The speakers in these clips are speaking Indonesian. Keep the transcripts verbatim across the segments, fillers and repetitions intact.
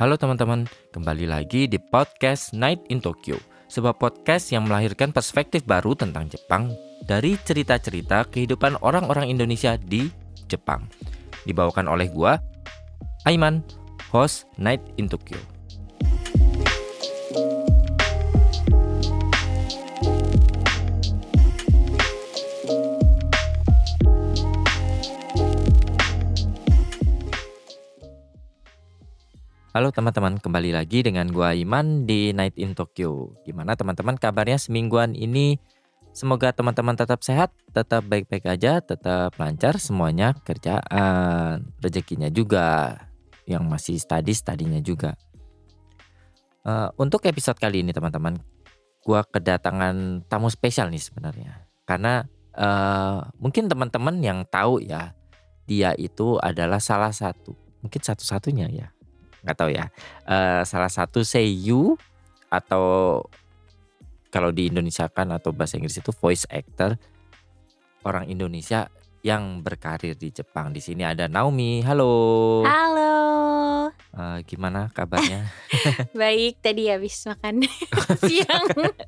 Halo teman-teman, kembali lagi di podcast Night in Tokyo, sebuah podcast yang melahirkan perspektif baru tentang Jepang dari cerita-cerita kehidupan orang-orang Indonesia di Jepang. Dibawakan oleh gua, Aiman, host Night in Tokyo. Halo teman-teman, kembali lagi dengan gua Iman di Night in Tokyo. Gimana teman-teman kabarnya semingguan ini? Semoga teman-teman tetap sehat, tetap baik-baik aja, tetap lancar semuanya, kerjaan, rezekinya juga, yang masih study, studinya juga. Uh, untuk episode kali ini teman-teman, gua kedatangan tamu spesial nih sebenarnya. Karena uh, mungkin teman-teman yang tahu ya, dia itu adalah salah satu, mungkin satu-satunya ya. Nggak tahu ya, uh, salah satu seiyu atau kalau di Indonesia kan atau bahasa Inggris itu voice actor orang Indonesia yang berkarir di Jepang. Di sini ada Naomi. Halo. Halo. Uh, gimana kabarnya? Baik, tadi habis makan siang.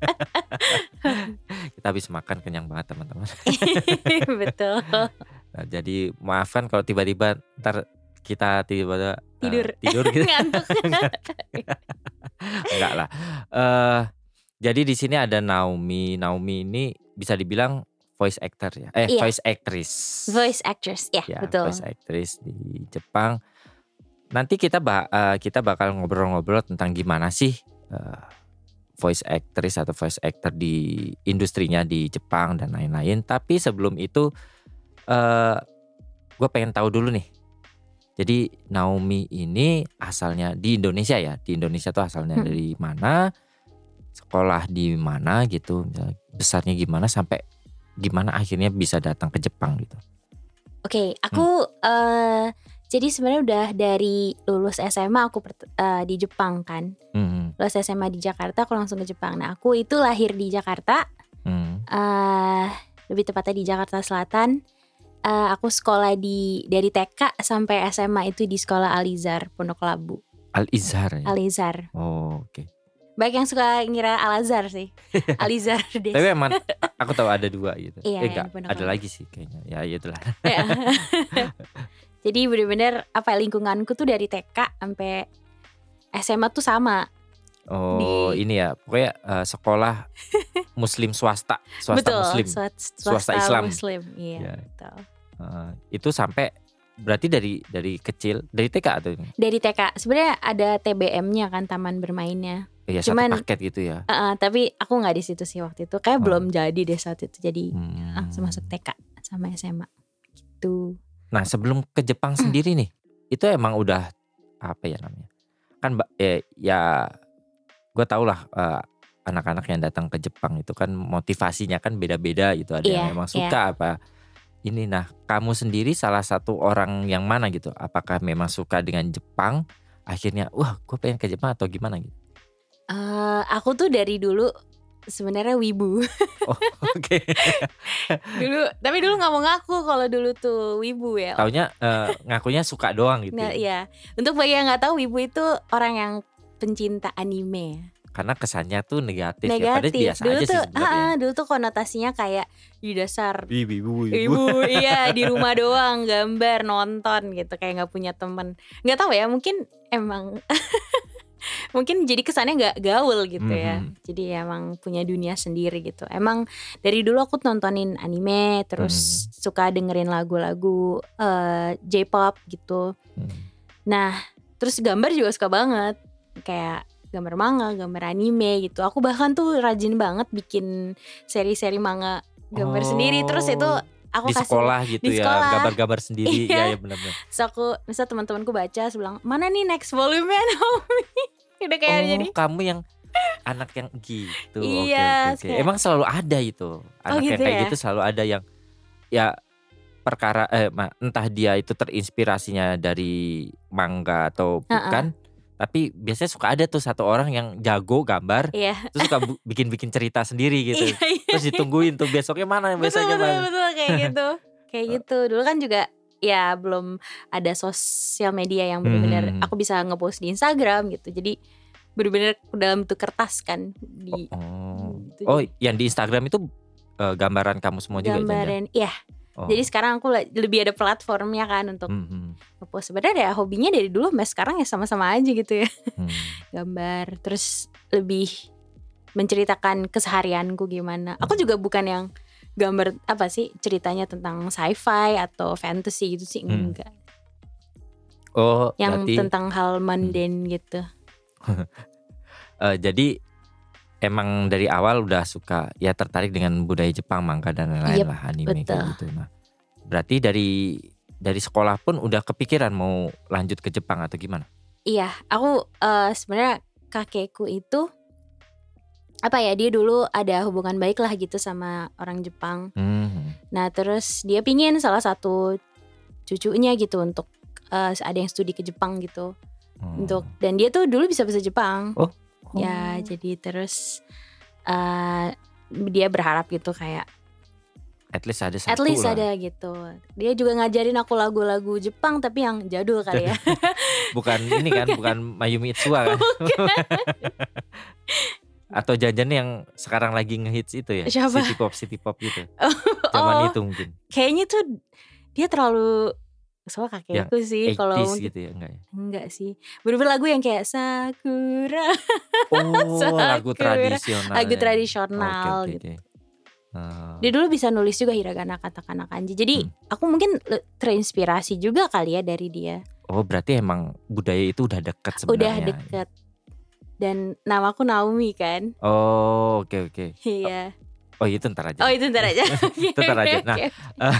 Kita habis makan, kenyang banget teman-teman. Betul. Nah, jadi maafkan kalau tiba-tiba ntar kita tiba-tiba tidur uh, tidur gitu. Ngantuk. Enggak lah. Uh, jadi di sini ada Naomi. Naomi ini bisa dibilang voice actor ya. Eh, iya. voice actress. Voice actress, ya, ya betul. Voice actress di Jepang. Nanti kita bah- uh, kita bakal ngobrol-ngobrol tentang gimana sih uh, voice actress atau voice actor di industrinya di Jepang dan lain-lain. Tapi sebelum itu uh, gue pengen tahu dulu nih. Jadi Naomi ini asalnya di Indonesia ya. Di Indonesia tuh asalnya hmm. dari mana, sekolah di mana gitu, besarnya gimana sampai gimana akhirnya bisa datang ke Jepang gitu. Oke, okay, aku hmm. uh, jadi sebenarnya udah dari lulus S M A aku uh, di Jepang kan. Hmm. Lulus S M A di Jakarta, aku langsung ke Jepang. Nah, aku itu lahir di Jakarta, hmm. uh, lebih tepatnya di Jakarta Selatan. Uh, aku sekolah di dari T K sampai S M A itu di sekolah Al-Izhar Pondok Labu. Al-Izhar ya? Al-Izhar. Oh, oke. Okay. Baik yang suka ngira Al-Azhar sih. Al-Izhar deh. Tapi emang aku tahu ada dua gitu. Iya, eh enggak, ada Labu. lagi sih kayaknya. Ya itulah. Jadi benar-benar apa lingkunganku tuh dari T K sampai S M A tuh sama. Oh, di... ini ya. Pokoknya uh, sekolah muslim swasta, swasta betul, muslim. Swasta, swasta Islam. Muslim. Iya, ya. betul. Uh, itu sampai berarti dari dari kecil dari T K atau dari T K sebenarnya ada T B M-nya kan, taman bermainnya. Iya, cuman satu paket gitu ya. Uh, tapi aku nggak di situ sih waktu itu, kayak oh. belum jadi deh saat itu, jadi hmm. langsung masuk T K sama S M A gitu. Nah sebelum ke Jepang sendiri nih, itu emang udah apa ya namanya? Kan ya, ya gue tau lah uh, anak-anak yang datang ke Jepang itu kan motivasinya kan beda-beda gitu. Ada yeah, yang memang suka yeah. apa ini. Nah kamu sendiri salah satu orang yang mana gitu? Apakah memang suka dengan Jepang? Akhirnya wah gue pengen ke Jepang atau gimana gitu? Uh, aku tuh dari dulu sebenarnya wibu. Oh, oke. Okay. Dulu, tapi dulu nggak mau ngaku kalau dulu tuh wibu ya. Taunya uh, ngakunya suka doang gitu. Nah, iya. Untuk bagi yang nggak tahu, wibu itu orang yang pencinta anime. Karena kesannya tuh negatif, negatif. ya. Padahal biasa dulu aja tuh, sih sebenarnya. Ah, dulu tuh konotasinya kayak di dasar wibu, wibu, iya di rumah doang gambar nonton gitu, kayak nggak punya teman. Nggak tahu ya, mungkin emang. Mungkin jadi kesannya gak gaul gitu ya. Mm-hmm. Jadi emang punya dunia sendiri gitu. Emang dari dulu aku nontonin anime, terus mm-hmm. suka dengerin lagu-lagu uh, J-pop gitu. Mm-hmm. Nah terus gambar juga suka banget, kayak gambar manga, gambar anime gitu. Aku bahkan tuh rajin banget bikin seri-seri manga gambar oh. sendiri. Terus itu aku di kasih sekolah gitu di ya, sekolah. gambar-gambar sendiri. Iya. Ya, ya benar-benar. Terus aku, misal teman-temanku baca, bilang mana nih next volume-nya Naomi. Udah kayak oh, jadi kamu yang anak yang gitu. Iya, oke, oke, oke. Emang selalu ada itu. Anak oh, gitu yang kayak ya? gitu selalu ada yang ya perkara eh entah dia itu terinspirasinya dari manga atau bukan. Uh-uh. Tapi biasanya suka ada tuh satu orang yang jago gambar, iya. terus suka bu- bikin-bikin cerita sendiri gitu. Iya, iya. Terus ditungguin tuh besoknya mana, besoknya betul, mana. Betul, betul, kayak gitu. Kayak gitu. Dulu kan juga ya belum ada sosial media yang benar-benar Hmm. aku bisa ngepost di Instagram gitu. Jadi benar-benar dalam bentuk kertas kan di Oh, gitu. oh Jadi yang di Instagram itu eh, gambaran kamu semua juga jangan-jangan? gambaran, iya. Oh. Jadi sekarang aku la- lebih ada platformnya kan untuk Mhm. ngepost. Sebenarnya ya hobinya dari dulu sampai sekarang ya sama-sama aja gitu ya. Hmm. Gambar, terus lebih menceritakan keseharianku gimana. Aku juga bukan yang gambar apa sih ceritanya tentang sci-fi atau fantasy gitu sih, Hmm. enggak. Oh, Yang berarti tentang hal mundane gitu. eh, jadi emang dari awal udah suka ya tertarik dengan budaya Jepang, manga dan lain-lain Yep, lah, anime betul. kayak gitu. Nah, berarti dari dari sekolah pun udah kepikiran mau lanjut ke Jepang atau gimana? Iya, aku eh, sebenarnya kakekku itu apa ya, dia dulu ada hubungan baik lah gitu sama orang Jepang. Hmm. Nah terus dia pingin salah satu cucunya gitu untuk eh, ada yang studi ke Jepang gitu. Hmm. Untuk dan dia tuh dulu bisa bahasa Jepang. Oh. Ya jadi terus eh, dia berharap gitu kayak At least ada at satu least lah. ada gitu. Dia juga ngajarin aku lagu-lagu Jepang tapi yang jadul kali ya. Bukan ini kan, bukan Mayumi Itsuwa kan? Atau jajan yang sekarang lagi ngehits itu ya, Siapa? city pop city pop gitu. Oh, Zaman oh, itu mungkin. kayaknya tuh dia terlalu soal kakekku sih kalau eighties mungkin gitu ya, enggak ya? enggak sih. Bener-bener lagu yang kayak Sakura. Oh, lagu Sakura. tradisional. Lagu tradisional Oke, oke, gitu. oke. Oh. Dia dulu bisa nulis juga hiragana, katakana, kanji. Jadi Hmm. aku mungkin le- terinspirasi juga kali ya dari dia. Oh, berarti emang budaya itu udah dekat sebenarnya. Udah deket. Dan namaku Naomi kan. Oh, oke oke. Iya. Oh, itu ntar aja. Oh itu ntar aja. Itu ntar aja. Nah, Oke.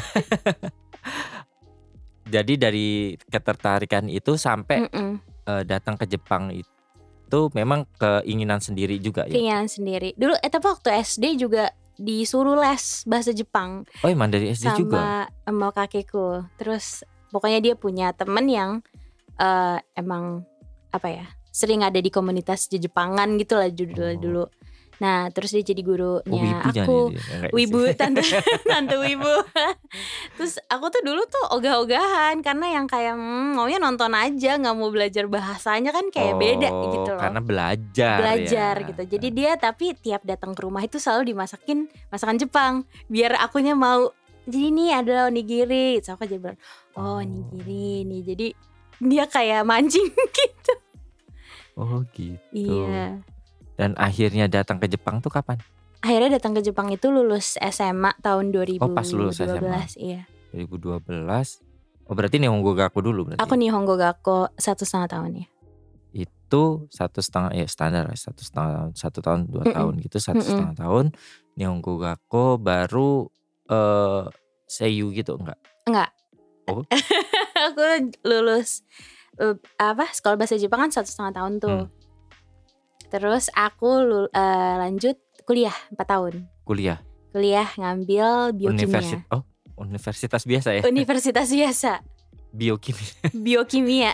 jadi dari ketertarikan itu sampai Mm-mm. eh, datang ke Jepang itu memang keinginan sendiri juga ya. Keinginan sendiri. Dulu eh tapi waktu S D juga disuruh les bahasa Jepang Oh, emang dari S D sama juga. sama kakekku. Terus pokoknya dia punya temen yang eh, emang apa ya, sering ada di komunitas Jepangan gitu lah dulu Oh. dulu. Nah terus dia jadi Oh, gurunya wibu jangan aku. ya dia. Enggak Wibu, sih. tante tante wibu. Terus aku tuh dulu tuh ogah-ogahan karena yang kayak hmm, maunya nonton aja, nggak mau belajar bahasanya kan kayak beda Oh, gitu loh. Karena belajar Belajar ya. gitu. Jadi dia tapi tiap datang ke rumah itu selalu dimasakin masakan Jepang biar akunya mau. Jadi ini adalah onigiri. So aku jadi bilang, oh onigiri nih. Jadi dia kayak mancing gitu. Oh, gitu. Iya. Dan akhirnya datang ke Jepang tuh kapan? Akhirnya datang ke Jepang itu lulus S M A tahun dua ribu Oh, dua belas. pas lulus S M A. Iya. dua ribu dua belas. Oh, berarti Nihongo Gaku dulu berarti. Aku Nihongo Gakko satu setengah tahun ya. Itu satu setengah ya standar lah, satu setengah tahun, satu tahun dua Mm-mm. tahun gitu, satu Mm-mm. setengah tahun. Nihongo Gaku baru eh seiyu gitu enggak? Enggak. Oh. Aku lulus uh, apa sekolah bahasa Jepang kan satu setengah tahun tuh. Hmm. Terus aku lul- uh, lanjut kuliah empat tahun. Kuliah Kuliah ngambil universitas. biokimia. Oh, universitas biasa ya. Universitas biasa, Biokimia. biokimia.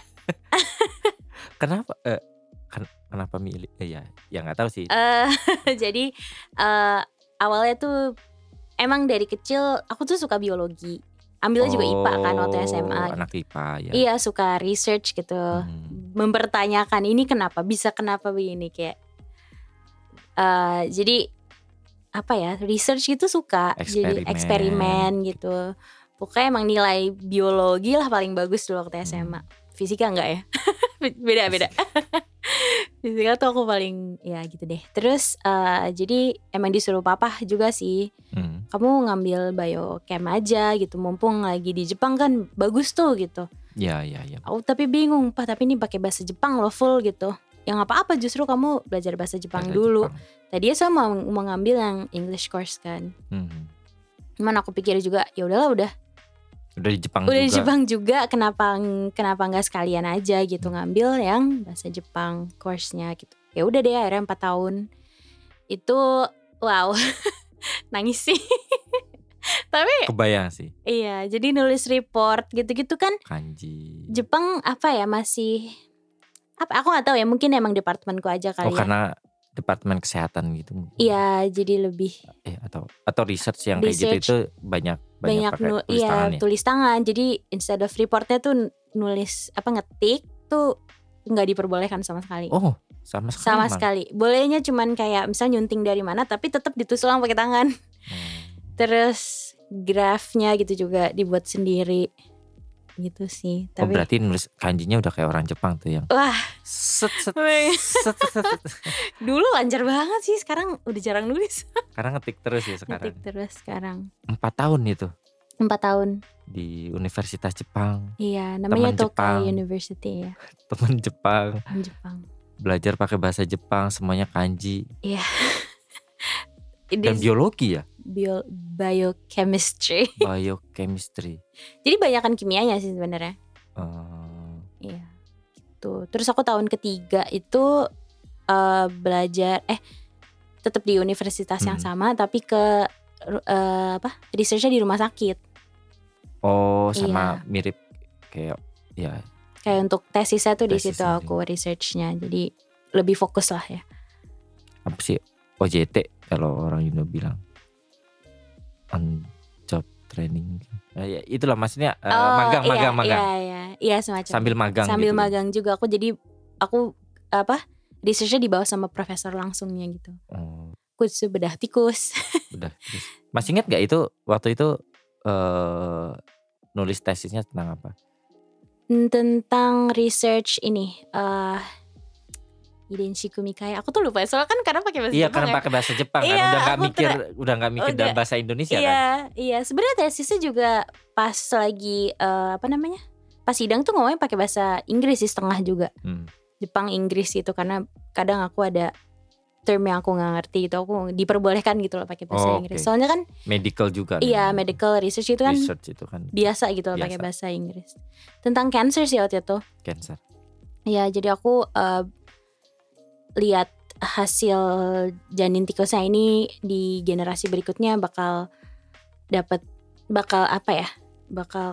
Kenapa eh, ken- kenapa milih eh, ya ya nggak tahu sih. Eh, jadi eh, awalnya tuh emang dari kecil aku tuh suka biologi. Ambilnya juga I P A kan waktu S M A. Oh, anak I P A ya. Iya, suka research gitu. Hmm. Mempertanyakan ini kenapa bisa kenapa begini kayak eh jadi apa ya, research gitu suka. Jadi Eksperimen. eksperimen gitu. Pokoknya emang nilai biologi lah paling bagus dulu waktu S M A. Fisika enggak ya? Beda-beda. Fisika tuh aku paling ya gitu deh. Terus eh, jadi emang disuruh papa juga sih. Hmm. Kamu ngambil biochem aja gitu, mumpung lagi di Jepang kan bagus tuh gitu. Ya ya ya. Aku tapi bingung, Pak, tapi ini pakai bahasa Jepang loh full gitu. Ya nggak apa-apa, justru kamu belajar bahasa Jepang Bahasa dulu. Jepang. Tadi saya mau mau ngambil yang English course kan. Hmm. Cuman aku pikir juga ya udahlah udah Udah di Jepang udah juga. di Jepang juga, kenapa kenapa nggak sekalian aja gitu ngambil yang bahasa Jepang course-nya gitu. Ya udah deh akhirnya empat tahun. Itu wow. Nangis sih. Tapi Kebayang sih iya, jadi nulis report gitu-gitu kan kanji. Jepang apa ya masih apa aku nggak tahu ya, mungkin emang departemenku aja kali Oh, ya. karena departemen kesehatan gitu. Iya, jadi lebih Eh atau atau research yang kayak gitu Research. itu banyak banyak, pakai nu- tulis iya tangan ya? tulis tangan. Jadi instead of reportnya tuh nulis apa ngetik tuh nggak diperbolehkan sama sekali. Oh, sama sekali. Sama malah. sekali. Bolehnya cuman kayak misal nyunting dari mana tapi tetap ditulis ulang pakai tangan. Hmm. Terus grafnya gitu juga dibuat sendiri. Gitu sih. Oh, Tapi berarti nulis kanjinya udah kayak orang Jepang tuh yang wah, set set Weh. set, set, set. dulu lancar banget sih, sekarang udah jarang nulis. Karena ngetik terus ya sekarang. Ngetik terus sekarang. Empat tahun itu Empat tahun. di Universitas Jepang. Iya, namanya Teman Jepang. Tokai University ya, Temen Jepang, di Jepang. belajar pakai bahasa Jepang, semuanya kanji Iya. dan Ini biologi ya, bio, biochemistry. biochemistry. Jadi banyakan kimianya sih sebenarnya. Eh, Iya. Gitu. Terus aku tahun ketiga itu eh, belajar eh tetap di universitas yang Hmm. sama tapi ke eh, apa? Researchnya di rumah sakit. oh, sama mirip kayak ya Kayak untuk tesisnya tuh di situ Tesisnya aku researchnya. Jadi lebih fokus lah ya. apa sih O J T kalau orang Indo bilang on job training. Eh, ya, itulah maksudnya eh, magang, iya, magang, magang. Iya, iya, iya semacam. Sambil magang Sambil gitu. magang juga aku jadi aku apa? Researchnya dibawa sama profesor langsungnya gitu. Oh, Khusus bedah tikus. udah. Terus. Masih ingat gak itu waktu itu eh nulis tesisnya tentang apa? Tentang research ini eh Hidenshi Kumikai. Aku tuh lupa soalnya kan karena pakai bahasa Iya, Jepang karena ya. pakai bahasa Jepang kan Iya, udah nggak aku mikir, ter- udah nggak mikir udah. dalam bahasa Indonesia Iya, kan? iya. Sebenarnya tesisnya juga pas lagi eh, apa namanya? Pas sidang tuh ngomongnya pakai bahasa Inggris sih setengah juga. Hmm. Jepang Inggris gitu karena kadang aku ada term yang aku nggak ngerti gitu, aku diperbolehkan gitu loh pakai bahasa Oh, Inggris. oke. Soalnya kan Medical juga. iya nih. medical research itu kan Research itu kan biasa gitu loh Biasa. pakai bahasa Inggris. Tentang cancer sih waktu itu. cancer. Ya jadi aku eh, lihat hasil janin tikusnya ini di generasi berikutnya bakal dapat bakal apa ya? Bakal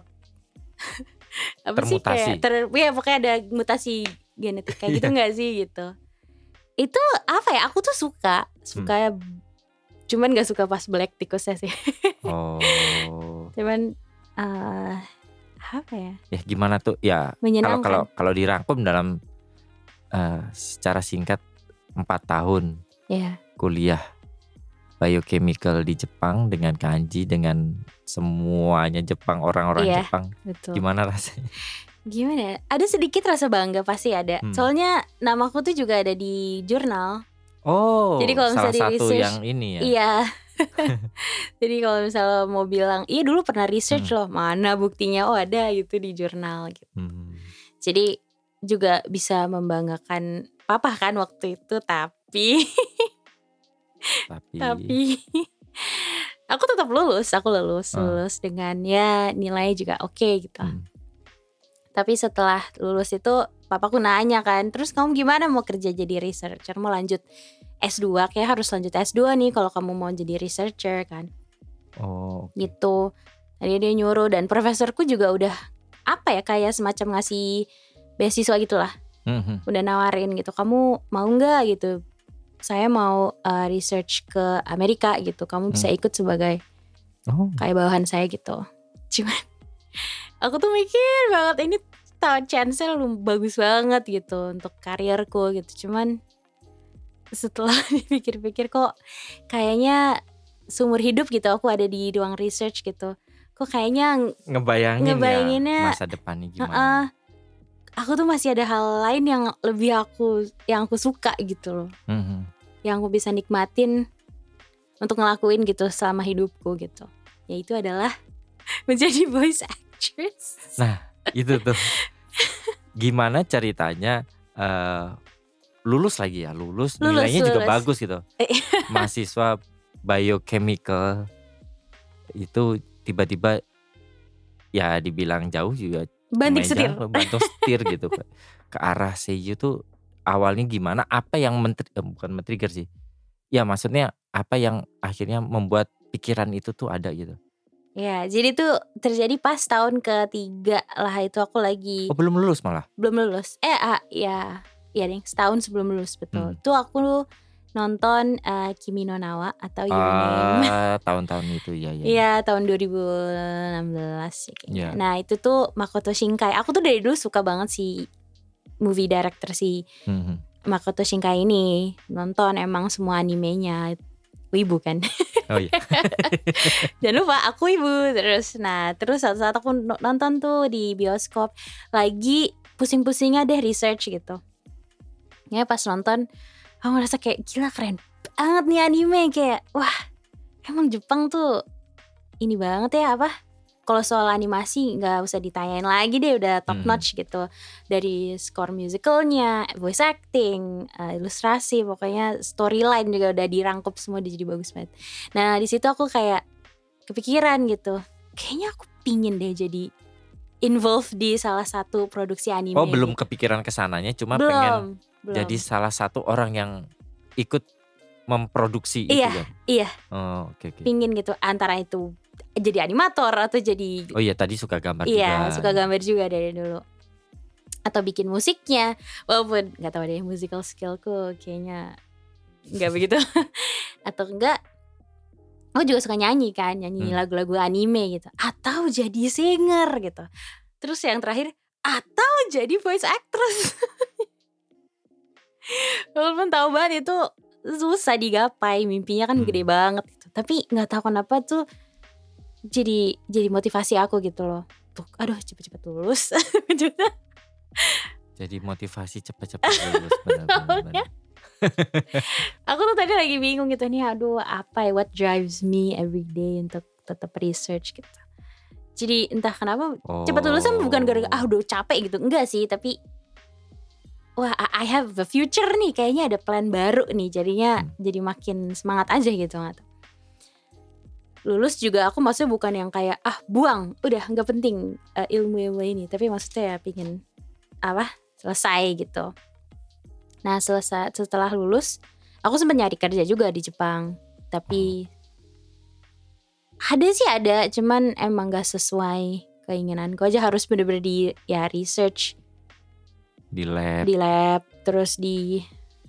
apa sih Termutasi. kayak ter ya pokoknya ada mutasi genetik kayak gitu nggak sih gitu. Itu apa ya? Aku tuh suka, suka cuman nggak suka pas black tikusnya sih. Oh, Cuman eh apa ya? ya gimana tuh? Ya kalau Menyenangkan. kalau kalau dirangkum dalam eh, secara singkat empat tahun Ya, kuliah biochemical di Jepang dengan kanji, dengan semuanya Jepang, orang-orang Iya. Jepang. betul. Gimana rasanya? Gimana ya? Ada sedikit rasa bangga pasti ada. Hmm. Soalnya namaku tuh juga ada di jurnal. Oh, Jadi kalau salah misalnya di satu research, yang ini ya. Iya. Jadi kalau misalnya mau bilang, iya dulu pernah research Hmm. loh, mana buktinya? Oh ada gitu di jurnal gitu. Hmm. Jadi juga bisa membanggakan papa kan waktu itu, tapi Tapi, tapi aku tetap lulus, aku lulus, Ah. lulus dengan ya nilai juga oke gitu. hmm. Tapi setelah lulus itu papaku nanya kan, terus kamu gimana mau kerja jadi researcher, mau lanjut S dua, kayak harus lanjut S dua nih kalau kamu mau jadi researcher kan. Oh, Gitu. Tadi dia nyuruh dan profesorku juga udah apa ya kayak semacam ngasih beasiswa gitulah. hmm, hmm. Udah nawarin gitu, kamu mau nggak gitu? Saya mau uh, research ke Amerika gitu. Kamu bisa ikut sebagai Oh, kayak bawahan saya gitu. Cuman aku tuh mikir banget ini tahu chance-nya lu bagus banget gitu untuk karirku gitu. Cuman setelah dipikir-pikir kok kayaknya seumur hidup gitu aku ada di ruang research gitu. Kok kayaknya ngebayangin Ngebayanginnya, ya masa depannya gimana? uh-uh, aku tuh masih ada hal lain yang lebih aku yang aku suka gitu loh. Hmm, hmm. Yang aku bisa nikmatin untuk ngelakuin gitu selama hidupku gitu. Yaitu adalah menjadi voice actress. Nah, itu tuh. Gimana ceritanya eh, lulus lagi ya, lulus, Lulus, nilainya juga lulus. bagus gitu. Mahasiswa biochemical itu tiba-tiba ya dibilang jauh juga Banting lumayan setir. jauh, banting setir gitu ke, ke arah Seiyu tuh awalnya gimana? Apa yang mentri, eh, bukan men-trigger sih. Ya maksudnya apa yang akhirnya membuat pikiran itu tuh ada gitu. Ya, jadi tuh terjadi pas tahun ketiga lah itu aku lagi Oh, belum lulus malah. belum lulus. Eh, ah, ya, ya deh, setahun sebelum lulus betul. Hmm. Tuh aku nonton uh, Kimi no Na wa atau Your Name. Ah, tahun-tahun itu ya ya. Iya, tahun dua ribu enam belas ya kayaknya. Iya. Nah, itu tuh Makoto Shinkai. Aku tuh dari dulu suka banget si movie director si Mhm. Makoto Shinkai ini. Nonton emang semua animenya. Wibu kan. Oh iya. Jangan lupa aku ibu. Terus nah, terus saat-saat aku no- nonton tuh di bioskop, lagi pusing-pusingnya deh research gitu. Ya pas nonton aku ngerasa kayak gila keren banget nih anime, kayak wah emang Jepang tuh ini banget ya apa, kalau soal animasi nggak usah ditanyain lagi deh, udah top Hmm. notch gitu, dari score musicalnya, voice acting, uh, ilustrasi, pokoknya storyline juga udah dirangkup semua, udah jadi bagus banget. Nah di situ aku kayak kepikiran gitu, kayaknya aku pingin deh jadi involved di salah satu produksi anime. Oh belum gitu. kepikiran kesananya, cuma belum, pengen belum. jadi salah satu orang yang ikut memproduksi itu Iya, kan? iya. Oh oke oke. Pingin gitu, antara itu jadi animator atau jadi Oh iya tadi suka gambar iya juga. suka gambar juga dari dulu, atau bikin musiknya, walaupun nggak tahu deh musical skillku kayaknya nggak begitu. Atau enggak, aku juga suka nyanyi kan, nyanyi Hmm. lagu-lagu anime gitu, atau jadi singer gitu. Terus yang terakhir, atau jadi voice actress. Walaupun tahu banget itu susah digapai, mimpinya kan Hmm. gede banget gitu. Tapi nggak tahu kenapa tuh jadi jadi motivasi aku gitu loh. Tuh, aduh cepet-cepet lulus. Jadi motivasi cepat-cepat lulus benar-benar. Aku tuh tadi lagi bingung gitu nih, aduh apa ya, what drives me every day untuk tetap research gitu. Jadi entah kenapa Oh. cepat lulus kan bukan gara-gara ah udah capek gitu, enggak sih, tapi wah I have a future nih, kayaknya ada plan baru nih, jadinya Hmm. jadi makin semangat aja gitu. Nggak tahu. Lulus juga aku maksudnya bukan yang kayak ah buang, udah nggak penting uh, ilmu-ilmu ini, tapi maksudnya ya pingin apa selesai gitu. Nah selesai setelah lulus, aku sempat nyari kerja juga di Jepang, tapi ada sih ada, cuman emang gak sesuai keinginanku aja, harus bener-bener di ya research Di lab. di lab, terus di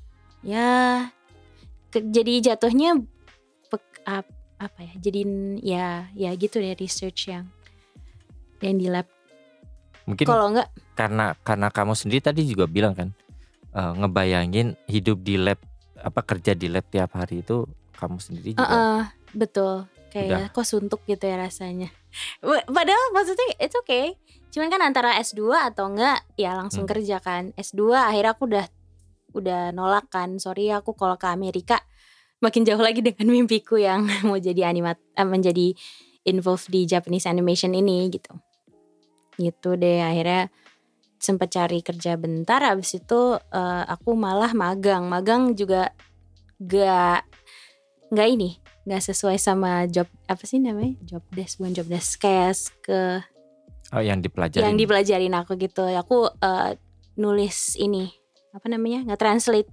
ya ke, jadi jatuhnya pek, ap, apa ya, jadiin ya ya gitu deh research yang yang di lab. Mungkin Kalau enggak karena karena kamu sendiri tadi juga bilang kan uh, ngebayangin hidup di lab, apa kerja di lab tiap hari itu kamu sendiri juga. uh-uh, betul, kayak kok suntuk gitu ya rasanya. Padahal maksudnya it's okay, cuman kan antara S dua atau enggak ya langsung Hmm. kerja kan. S dua akhirnya aku udah udah nolak kan, sorry aku kalau ke Amerika makin jauh lagi dengan mimpiku yang mau jadi animat eh, menjadi involved di Japanese animation ini gitu. Gitu deh, akhirnya sempet cari kerja bentar, abis itu uh, aku malah magang. Magang juga gak gak ini, gak sesuai sama job, apa sih namanya, job desk, bukan job desk, kayak ke Oh yang dipelajarin. yang dipelajarin aku gitu. Aku uh, nulis ini apa namanya, nge-translate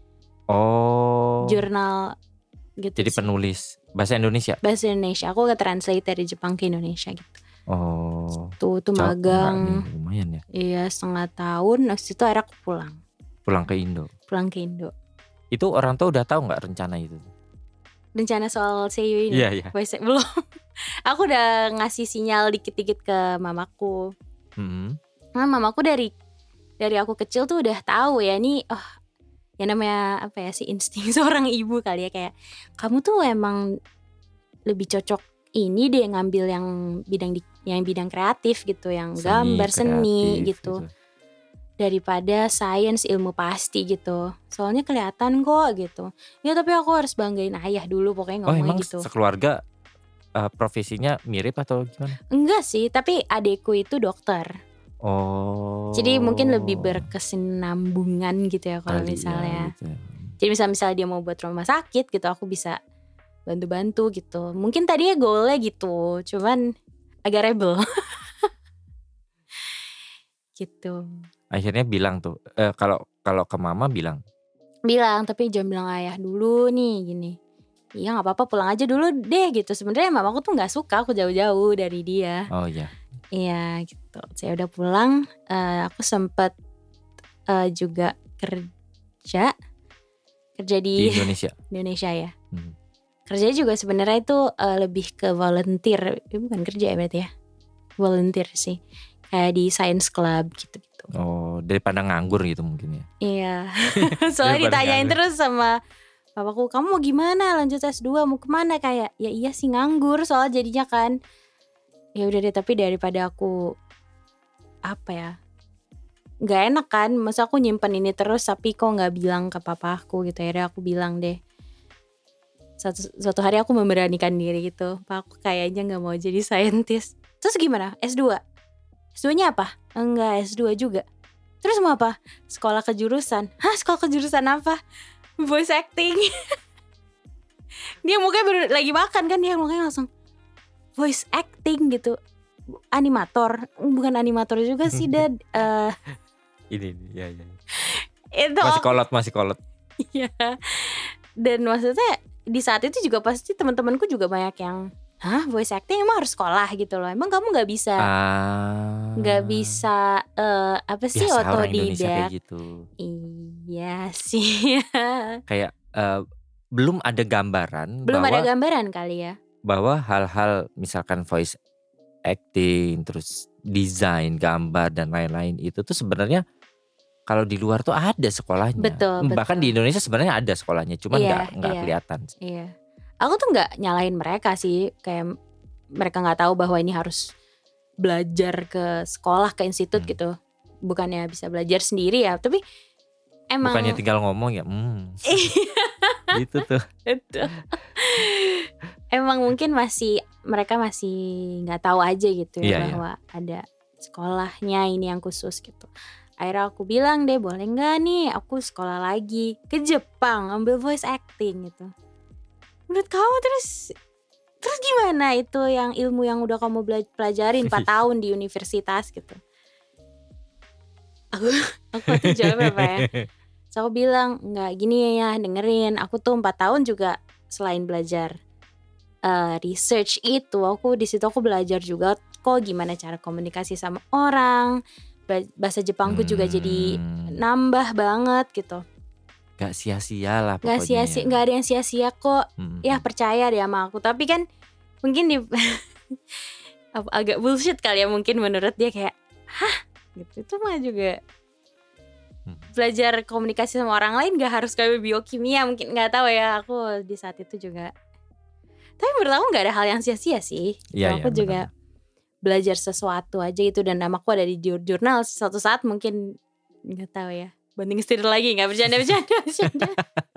Oh. jurnal gitu. Jadi sih. penulis bahasa Indonesia. Bahasa Indonesia. Aku nge-translate dari Jepang ke Indonesia gitu. Oh. Tuh tuh Jauh magang. enggak nih, lumayan ya. Iya setengah tahun. Habis itu akhirnya aku pulang. Pulang ke Indo. Pulang ke Indo. Itu orang tua udah tahu nggak rencana itu? Rencana soal seiyu ini? Iya iya. Voice- belum. Aku udah ngasih sinyal dikit-dikit ke mamaku. Hmm. Nah, mamaku dari dari aku kecil tuh udah tahu ya nih, oh ya namanya apa ya sih, insting seorang ibu kali ya, kayak kamu tuh emang lebih cocok ini deh ngambil yang bidang di, yang bidang kreatif gitu, yang gambar seni kreatif gitu, daripada sains ilmu pasti gitu, soalnya kelihatan kok gitu. Ya tapi aku harus banggain ayah dulu, pokoknya Oh ngomongnya emang gitu. sekeluarga uh, profesinya mirip atau gimana? Enggak sih, tapi adekku itu dokter. Oh. Jadi mungkin lebih berkesinambungan gitu ya kalau Kali ya, misalnya. gitu ya. Jadi misal misalnya dia mau buat rumah sakit gitu, aku bisa bantu-bantu gitu. Mungkin tadinya goalnya gitu, cuman agak rebel. Gitu. Akhirnya bilang tuh, eh, kalau kalau ke mama bilang. Bilang, tapi jangan bilang ayah dulu nih gini. Iya nggak apa-apa, pulang aja dulu deh gitu. Sebenarnya mamaku tuh nggak suka aku jauh-jauh dari dia. Oh iya. Iya gitu. Saya udah pulang, uh, aku sempat uh, juga kerja Kerja di di Indonesia. Indonesia ya. Hmm. Kerja juga sebenarnya itu uh, lebih ke volunteer, eh, bukan kerja ya berarti ya. Volunteer sih. Kayak di science club gitu-gitu. Oh, daripada nganggur gitu mungkin ya. Iya. Soalnya Daripada ditanyain nganggur. terus sama papaku, kamu mau gimana lanjut S dua, mau kemana? Kayak ya iya sih nganggur soal jadinya kan. Ya udah deh, tapi daripada aku apa ya, nggak enak kan, masa aku nyimpen ini terus tapi kok nggak bilang ke papaku gitu. Akhirnya aku bilang deh, Suatu, suatu hari aku memberanikan diri gitu, Pak, aku kayaknya nggak mau jadi saintis. Terus gimana? S dua? S dua nya apa? Enggak, S dua juga. Terus mau apa? Sekolah kejurusan. Hah, sekolah kejurusan apa? Voice acting. Dia mukanya baru lagi makan kan, dia mukanya langsung voice acting gitu. Animator, bukan animator juga sih, Dad. Uh, Ini, ya, ya. itu Masih aku- kolot, masih kolot. Iya. Dan maksudnya di saat itu juga pasti teman-temanku juga banyak yang, hah, voice acting emang harus sekolah gitu loh. Emang kamu nggak bisa Ah. nggak bisa eh, apa sih Biasa orang Indonesia kayak otodidak? gitu. Iya sih. Kayak eh, belum ada gambaran Belum bahwa ada gambaran kali ya. bahwa hal-hal misalkan voice acting, terus desain gambar dan lain-lain itu tuh sebenarnya kalau di luar tuh ada sekolahnya. Betul, Bahkan betul. di Indonesia sebenarnya ada sekolahnya, cuman Iya, nggak nggak iya. kelihatan sih. Iya. Aku tuh nggak nyalain mereka sih, kayak mereka nggak tahu bahwa ini harus belajar ke sekolah, ke institut Hmm. gitu. Bukannya bisa belajar sendiri ya, tapi emang Bukannya tinggal ngomong ya, hmm. gitu tuh. Betul. Emang mungkin masih mereka masih nggak tahu aja gitu ya, Iya, iya. bahwa ada sekolahnya ini yang khusus gitu. Akhirnya aku bilang deh, boleh nggak nih aku sekolah lagi ke Jepang ambil voice acting gitu. Menurut kamu terus terus gimana itu yang ilmu yang udah kamu bela- pelajarin empat tahun di universitas gitu? Aku aku tuh jawab apa ya? So aku bilang, nggak, gini ya, dengerin, aku tuh empat tahun juga selain belajar uh, research itu, aku di situ aku belajar juga kok gimana cara komunikasi sama orang. Ba- bahasa Jepangku juga jadi Hmm. nambah banget gitu. Gak sia-sia lah Nggak pokoknya. sia-sia, ya. nggak ada yang sia-sia kok. Hmm. Ya percaya deh sama aku. Tapi kan mungkin di ag- agak bullshit kali ya mungkin menurut dia, kayak hah gitu, itu mah juga Hmm. belajar komunikasi sama orang lain gak harus kayak biokimia, mungkin nggak tahu ya, aku di saat itu juga. Tapi menurut aku nggak ada hal yang sia-sia sih. Iya, aku iya, juga belajar sesuatu aja itu, dan namaku ada di jur- jurnal suatu saat mungkin, nggak tahu ya, banting setir lagi, nggak bercanda bercanda bercanda.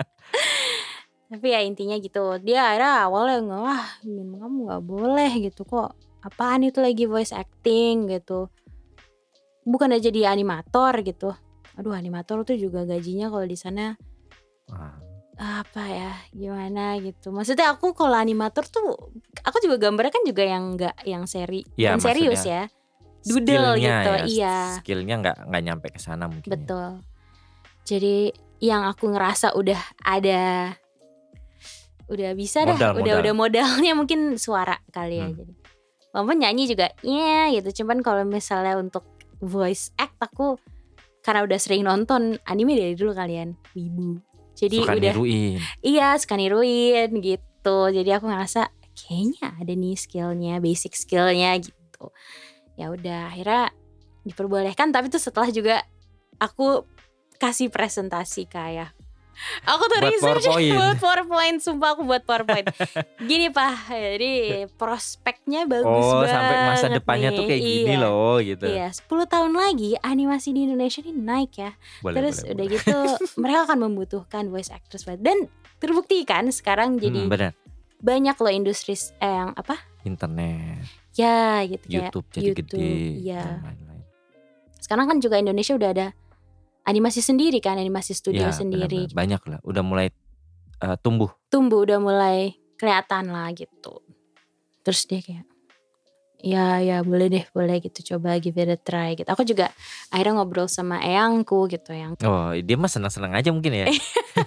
Tapi ya intinya gitu, dia akhirnya awalnya nggak, wah Min, kamu nggak boleh gitu, kok apaan itu lagi voice acting gitu, bukan aja jadi animator gitu. Aduh, animator tuh juga gajinya kalau di sana Wah. apa ya, gimana gitu. Maksudnya aku kalau animator tuh, aku juga gambarnya kan juga yang nggak yang seri, Ya, bukan serius maksudnya ya, doodle skillnya gitu. ya, Iya, skillnya nggak nggak nyampe ke sana mungkin. ya. betul. Jadi yang aku ngerasa udah ada, udah bisa dah, Modal, udah modal. udah modalnya mungkin suara kali ya. Hmm. Jadi walaupun nyanyi juga iya gitu, cuman kalau misalnya untuk voice act, aku karena udah sering nonton anime dari dulu kalian, wibu. Jadi Suka udah niruin. iya, suka niruin gitu. Jadi aku ngerasa kayaknya ada nih skillnya, basic skillnya gitu. Ya udah, akhirnya diperbolehkan. Tapi tuh setelah juga aku kasih presentasi kayak, aku tuh Buat research PowerPoint. buat PowerPoint, sumpah aku buat PowerPoint. Gini Pak, jadi prospeknya bagus Oh, banget. sampai masa depannya nih. tuh kayak gini Iya. loh gitu. Iya, sepuluh tahun lagi animasi di Indonesia ini naik ya. Boleh, Terus boleh, udah boleh. gitu mereka akan membutuhkan voice actors banget. Dan terbukti kan sekarang jadi Hmm, benar. banyak loh industri eh, yang apa Internet, ya gitu, kayak YouTube jadi gede, iya. dan lain-lain. Sekarang kan juga Indonesia udah ada animasi sendiri kan, animasi studio Ya, sendiri, benar-benar. Banyak lah, udah mulai uh, tumbuh. tumbuh, udah mulai kelihatan lah gitu. Terus dia kayak, ya ya boleh deh, boleh gitu, coba give it a try gitu. Aku juga akhirnya ngobrol sama eyangku gitu, yang Oh, dia mah senang-senang aja mungkin ya.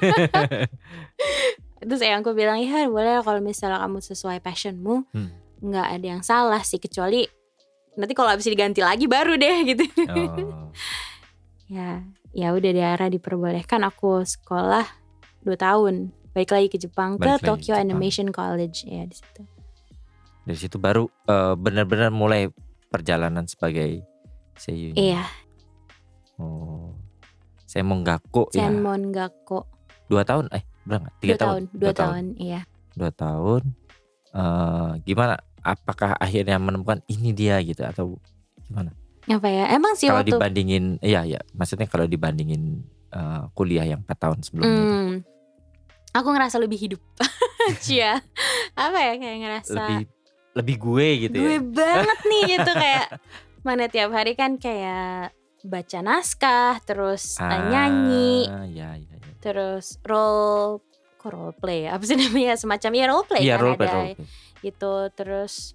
terus eyangku bilang, ya boleh kalau misalnya kamu sesuai passionmu, Hmm. nggak ada yang salah sih, kecuali nanti kalau habis diganti lagi baru deh gitu. Oh. Ya, ya udah, di arah diperbolehkan aku sekolah dua tahun. Balik lagi ke Jepang, Balik ke lagi Tokyo Jepang. Animation College ya di situ. Dari situ baru uh, benar-benar mulai perjalanan sebagai seiyuu. Iya. Oh, Senmon Gakko ya. Senmon Gakko. Dua tahun, eh berapa? Tiga dua tahun. tahun. Dua, tahun. tahun, iya. Dua tahun. Uh, gimana? Apakah akhirnya menemukan ini dia gitu atau gimana? Apa ya? Emang sih kalau waktu dibandingin, iya ya, maksudnya kalau dibandingin uh, kuliah yang empat tahun sebelumnya. Hmm, aku ngerasa lebih hidup. Cia, apa ya kayak ngerasa lebih lebih gue gitu gue ya. Gue banget nih gitu kayak mana tiap hari kan kayak baca naskah, terus ah, nyanyi, ya, ya, ya. terus role, kok role play apa sih namanya, semacam ya role play ya, kan role play, ada role play. Gitu, terus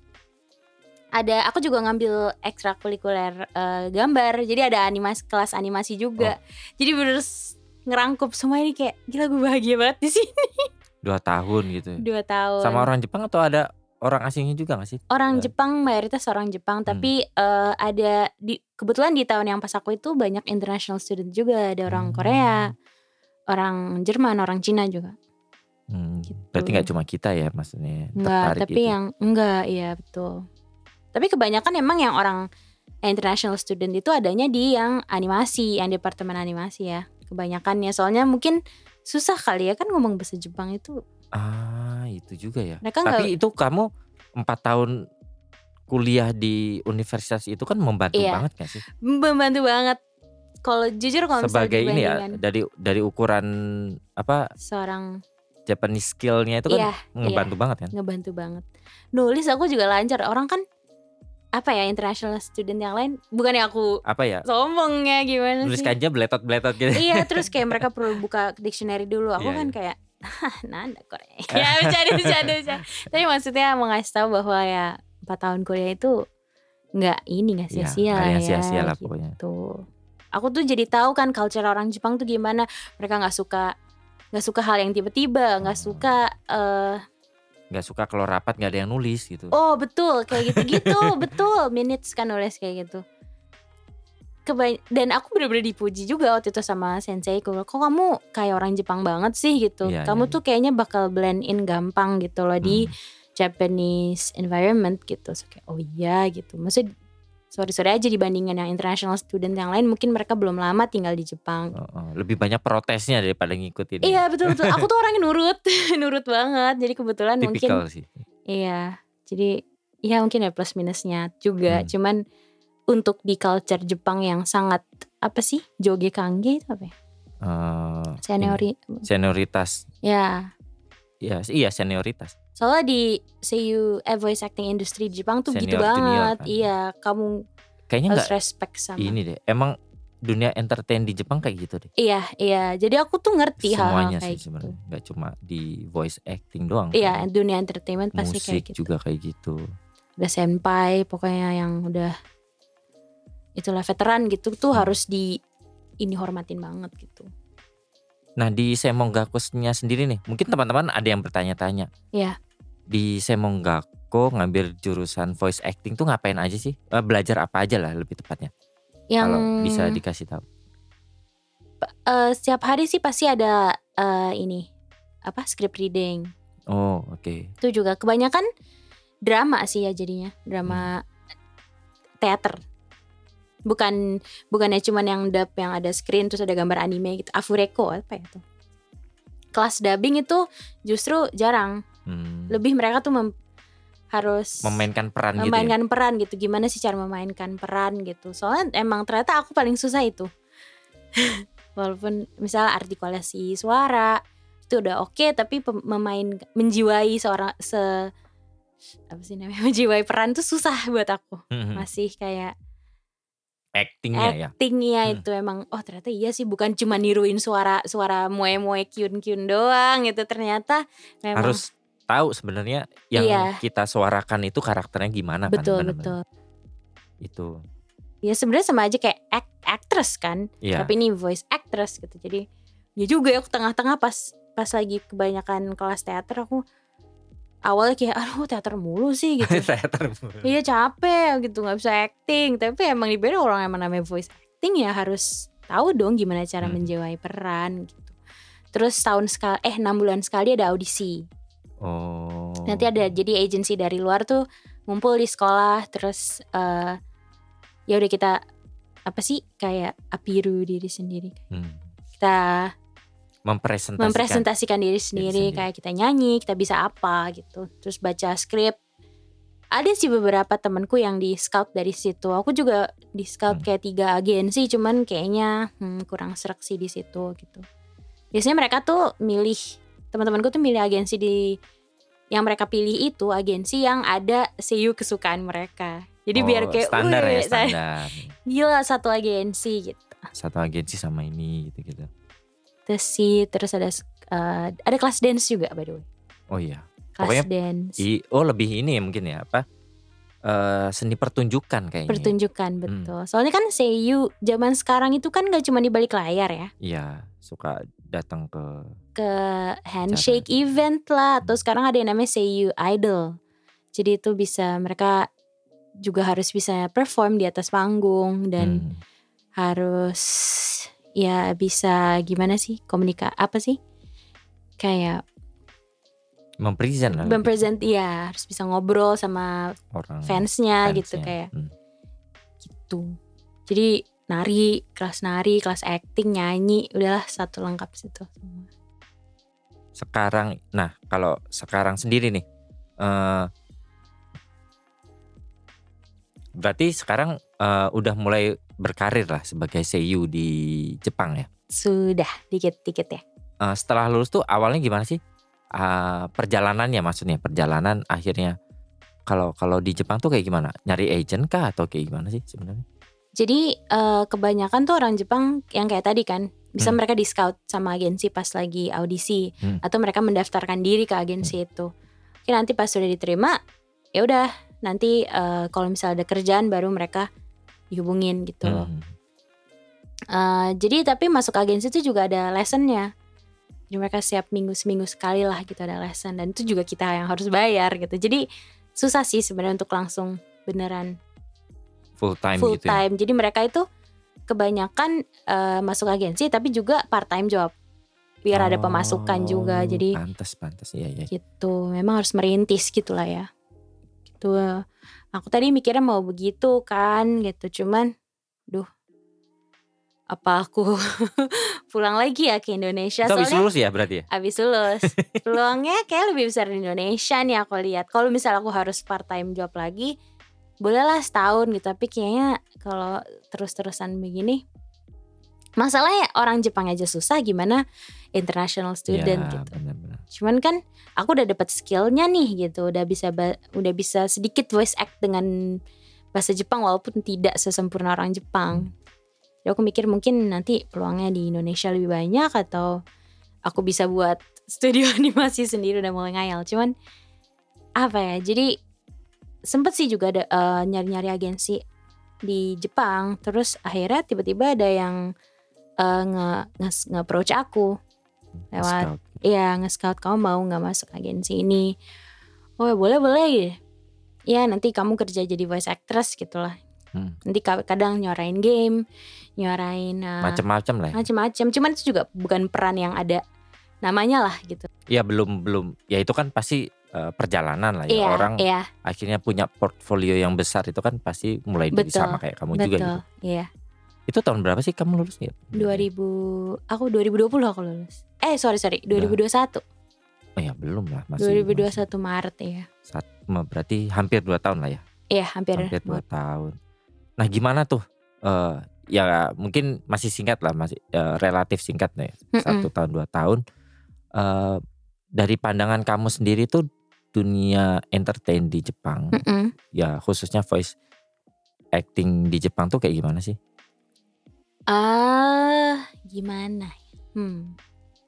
ada aku juga ngambil ekstrakurikuler uh, gambar, jadi ada animasi, kelas animasi juga, oh. Jadi bener ngerangkup semua ini kayak gila gue bahagia banget di sini. Dua tahun gitu. Dua tahun. Sama orang Jepang atau ada orang asingnya juga gak sih? Orang ya. Jepang, mayoritas orang Jepang, hmm. tapi uh, ada di kebetulan di tahun yang pas aku itu banyak international student juga, ada orang hmm. Korea, orang Jerman, orang Cina juga. Hmm. Gitu. Berarti nggak cuma kita ya maksudnya? Enggak, tapi itu. yang enggak, iya betul. Tapi kebanyakan emang yang orang international student itu adanya di yang animasi, yang departemen animasi ya, kebanyakannya. Soalnya mungkin susah kali ya kan ngomong bahasa Jepang itu. Ah, itu juga ya. Mereka Tapi gak... itu kamu empat tahun kuliah di universitas itu kan membantu iya, banget gak sih? Membantu banget. Kalau jujur kalau sebagai ini ya dari dari ukuran apa? Seorang Japanese skill-nya itu kan iya, ngebantu iya, banget kan? Ngebantu banget. Nulis aku juga lancar. Orang kan apa ya international student yang lain, bukannya aku apa ya sombongnya gimana nulis sih? Nulis aja beletot-beletot gitu. Iya, terus kayak mereka perlu buka dictionary dulu. Aku yeah, kan yeah. kayak nanda Korea. Ya bercanda-bercanda. Tapi maksudnya mau ngasih tahu bahwa ya empat tahun kuliah itu nggak ini nggak sia-sia ya, ya. sia-sia lah gitu. pokoknya. Aku tuh jadi tahu kan culture orang Jepang tuh gimana. Mereka nggak suka nggak suka hal yang tiba-tiba, nggak hmm. suka. Uh, Gak suka kalau rapat gak ada yang nulis gitu. Oh betul, kayak gitu-gitu. Betul, minutes kan nulis kayak gitu. Kebany- Dan aku bener-bener dipuji juga waktu itu sama sensei. Kok kamu kayak orang Jepang banget sih gitu. yeah, Kamu yeah, tuh kayaknya bakal blend in gampang gitu loh hmm. di Japanese environment gitu. So, kayak, oh iya gitu. Maksudnya sorry-sorry aja dibandingkan yang international student yang lain, mungkin mereka belum lama tinggal di Jepang. Oh, oh. Lebih banyak protesnya daripada ngikutin. Iya betul-betul. Aku tuh orangnya nurut, nurut banget. Jadi kebetulan Typical mungkin. Sih. Iya. Jadi ya mungkin ada plus minusnya juga. Hmm. Cuman untuk di culture Jepang yang sangat apa sih joge kangge itu apa ya? Uh, Seniori. Senioritas. Ya. Ya, iya senioritas. Soalnya di seiyuu eh, voice acting industry di Jepang tuh Senior, gitu banget. Junior, kan? Iya, kamu kayaknya harus gak, respect sama. Ini deh, emang dunia entertain di Jepang kayak gitu deh. Iya, iya. Jadi aku tuh ngerti semuanya hal-hal kayak sih sebenarnya. Gitu. Gak cuma di voice acting doang. Iya, kan? Dunia entertainment pasti musik kayak gitu. juga kayak gitu. Udah senpai, pokoknya yang udah itulah veteran gitu tuh hmm. harus di ini hormatin banget gitu. Nah di Senmon Gakko-nya sendiri nih, mungkin teman-teman ada yang bertanya-tanya. Iya. Di Senmon Gakko ngambil jurusan voice acting tuh ngapain aja sih? Eh, belajar apa aja lah lebih tepatnya. Yang kalau bisa dikasih tahu. Uh, setiap hari sih pasti ada uh, ini apa script reading. Oh oke. Okay. Itu juga kebanyakan drama sih ya jadinya, drama hmm. teater. Bukan bukannya cuman yang dub yang ada screen terus ada gambar anime gitu. Afureko apa ya tuh? Kelas dubbing itu justru jarang. Hmm. Lebih mereka tuh mem- harus memainkan peran memainkan gitu ya? peran gitu. Gimana sih cara memainkan peran gitu. Soalnya emang ternyata aku paling susah itu. Walaupun misalnya artikulasi suara itu udah oke okay, tapi pem- memain menjiwai seorang se apa sih namanya? Menjiwai peran tuh susah buat aku. Hmm. Masih kayak actingnya, actingnya ya? itu hmm. emang oh ternyata iya sih bukan cuma niruin suara suara moe moe kyun kyun doang gitu, ternyata memang harus tahu sebenarnya yang iya. kita suarakan itu karakternya gimana. Betul, kan betul itu ya sebenarnya sama aja kayak act, actress kan iya. Tapi ini voice actress gitu, jadi ya juga aku tengah-tengah pas pas lagi kebanyakan kelas teater aku awalnya kayak aduh teater mulu sih gitu. Teater mulu. Iya capek gitu, nggak bisa acting. Tapi emang di beda orang yang namanya voice acting ya harus tahu dong gimana cara hmm. menjiwai peran gitu. Terus tahun sekali eh enam bulan sekali ada audisi. Oh. Nanti ada jadi agensi dari luar tuh ngumpul di sekolah, terus uh, ya udah kita apa sih kayak apiru diri sendiri. Hmm. Kita mempresentasikan, mempresentasikan diri sendiri, sendiri. kayak kita nyanyi, kita bisa apa gitu. Terus baca skrip. Ada sih beberapa temanku yang di scout dari situ. Aku juga di scout hmm. kayak tiga agensi, cuman kayaknya hmm, kurang serak sih di situ gitu. Biasanya mereka tuh milih, teman-temanku tuh milih agensi di yang mereka pilih itu agensi yang ada seiyu kesukaan mereka. Jadi oh, biar kayak standar ya standar. Gila satu agensi gitu. Satu agensi sama ini gitu-gitu. Terus sih terus ada uh, ada kelas dance juga by the way. Oh iya. Kelas Pokoknya, dance. I, oh lebih ini ya mungkin ya apa? Uh, seni pertunjukan kayaknya. Pertunjukan betul. Hmm. Soalnya kan seiyu zaman sekarang itu kan gak cuma di balik layar ya. Iya, suka datang ke ke handshake cara. Event lah, atau sekarang ada yang namanya seiyu idol. Jadi itu bisa mereka juga harus bisa perform di atas panggung dan hmm. harus ya bisa gimana sih komunika apa sih kayak mempresent lah. Mempresent iya harus bisa ngobrol sama orang fansnya, fansnya gitu kayak hmm. gitu. Jadi nari, kelas nari, kelas acting, nyanyi, udahlah satu lengkap situ semua. Sekarang, nah kalau sekarang sendiri nih, uh, berarti sekarang uh, udah mulai berkarir lah sebagai seiyu di Jepang ya? Sudah, dikit-dikit ya. Uh, setelah lulus tuh awalnya gimana sih? Uh, perjalanannya maksudnya, perjalanan akhirnya kalau kalau di Jepang tuh kayak gimana? Nyari agent kah atau kayak gimana sih sebenarnya? Jadi uh, kebanyakan tuh orang Jepang yang kayak tadi kan bisa hmm. mereka di scout sama agensi pas lagi audisi hmm. atau mereka mendaftarkan diri ke agensi hmm. itu. Oke, nanti pas sudah diterima ya udah nanti uh, kalau misalnya ada kerjaan baru mereka dihubungin gitu. Hmm. Uh, jadi tapi masuk agensi itu juga ada lessonnya. Jadi mereka siap minggu seminggu sekali lah gitu ada lesson dan itu juga kita yang harus bayar gitu. Jadi susah sih sebenarnya untuk langsung beneran full time full gitu time. Ya? Jadi mereka itu kebanyakan uh, masuk agensi tapi juga part time job biar oh, ada pemasukan juga. Jadi pantas pantas ya ya. Gitu. Memang harus merintis gitulah ya. Gitu. Aku tadi mikirnya mau begitu kan gitu cuman duh apa aku pulang lagi ya ke Indonesia. Itu habis lulus ya berarti ya? Habis lulus. Peluangnya kayak lebih besar di Indonesia nih aku lihat. Kalau misalnya aku harus part time job lagi bolehlah setahun gitu, tapi kayaknya kalau terus-terusan begini masalahnya orang Jepang aja susah gimana international student ya, gitu. Bener-bener. Cuman kan aku udah dapat skillnya nih gitu, udah bisa udah bisa sedikit voice act dengan bahasa Jepang walaupun tidak sesempurna orang Jepang. Hmm. Jadi aku mikir mungkin nanti peluangnya di Indonesia lebih banyak atau aku bisa buat studio animasi sendiri, udah mulai ngayal. Cuman apa ya? Jadi sempet sih juga ada uh, nyari-nyari agensi di Jepang, terus akhirnya tiba-tiba ada yang uh, nge nge-approach aku lewat iya nge-scout, kamu mau nggak masuk agensi ini? Oh boleh boleh ya nanti kamu kerja jadi voice actress gitulah. Hmm. Nanti kadang nyuarain game, nyuarain uh, macam-macam lah. Ya. Macam-macam, cuman itu juga bukan peran yang ada namanya lah gitu. Ya belum belum, ya itu kan pasti uh, perjalanan lah ya iya, orang. Iya. Akhirnya punya portfolio yang besar itu kan pasti mulai dari betul, sama kayak kamu betul, juga gitu. Iya. Itu tahun berapa sih kamu lulus ya? dua ribu aku dua ribu dua puluh aku lulus. Eh sorry sorry dua ribu dua puluh satu. Oh ya belum lah masih. dua ribu dua puluh satu masih. Maret ya. Saat, berarti hampir dua tahun lah ya. Iya hampir. Hampir dua tahun. Nah gimana tuh? Uh, ya mungkin masih singkat lah, masih uh, relatif singkat nih, Mm-mm. satu tahun dua tahun. Uh, dari pandangan kamu sendiri tuh dunia entertain di Jepang, Mm-mm. ya khususnya voice acting di Jepang tuh kayak gimana sih? Ah uh, gimana? Hmm.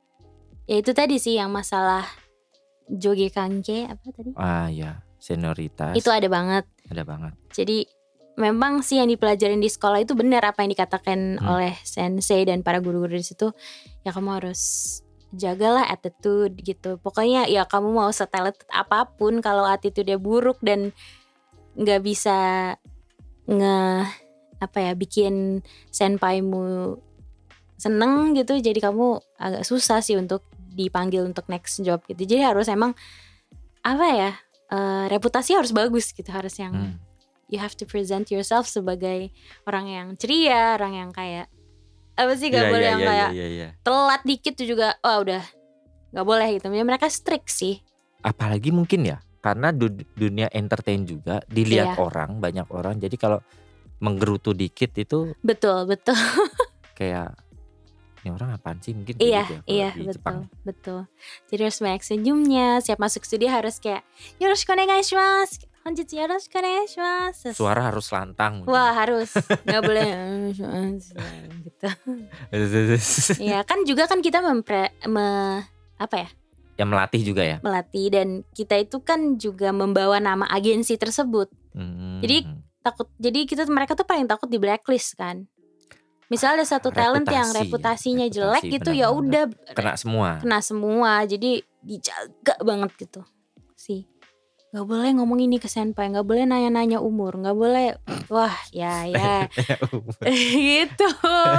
Ya itu tadi sih yang masalah joge kanke apa tadi? Ah ya senioritas. Itu ada banget. Ada banget. Jadi memang sih yang dipelajarin di sekolah itu benar apa yang dikatakan hmm. oleh sensei dan para guru-guru di situ. Ya kamu harus jagalah attitude gitu. Pokoknya ya kamu mau setalented apapun kalau attitude-nya buruk dan nggak bisa nge apa ya bikin senpaimu seneng gitu, jadi kamu agak susah sih untuk dipanggil untuk next job gitu. Jadi harus emang apa ya, uh, reputasi harus bagus gitu, harus yang hmm. you have to present yourself sebagai orang yang ceria, orang yang kayak apa sih, gak yeah, boleh yeah, yang yeah, kayak yeah, yeah. telat dikit tuh juga, oh udah gak boleh gitu. Ya, mereka strict sih. Apalagi mungkin ya, karena du- dunia entertain juga dilihat yeah. orang, banyak orang. Jadi kalau menggerutu dikit itu betul betul kayak ini orang apaan sih, mungkin iya gitu ya, iya di betul Jepang. Betul. Jadi harus banyak senyumnya. Siap masuk studio harus kayak yoroshiku onegai shimasu, honjitsu yoroshiku onegai shimasu. Suara harus lantang. Wah harus, nggak boleh gitu. Iya kan, juga kan kita mempre me, apa ya? Ya melatih juga ya. Melatih, dan kita itu kan juga membawa nama agensi tersebut. Hmm. Jadi takut, jadi kita mereka tuh paling takut di blacklist kan. Misalnya ada satu talent reputasi, yang reputasinya reputasi, jelek gitu, ya udah kena semua. Kena semua. Jadi dijaga banget gitu sih. Gak boleh ngomong ini ke senpai, gak boleh nanya-nanya umur, gak boleh, wah ya ya gitu.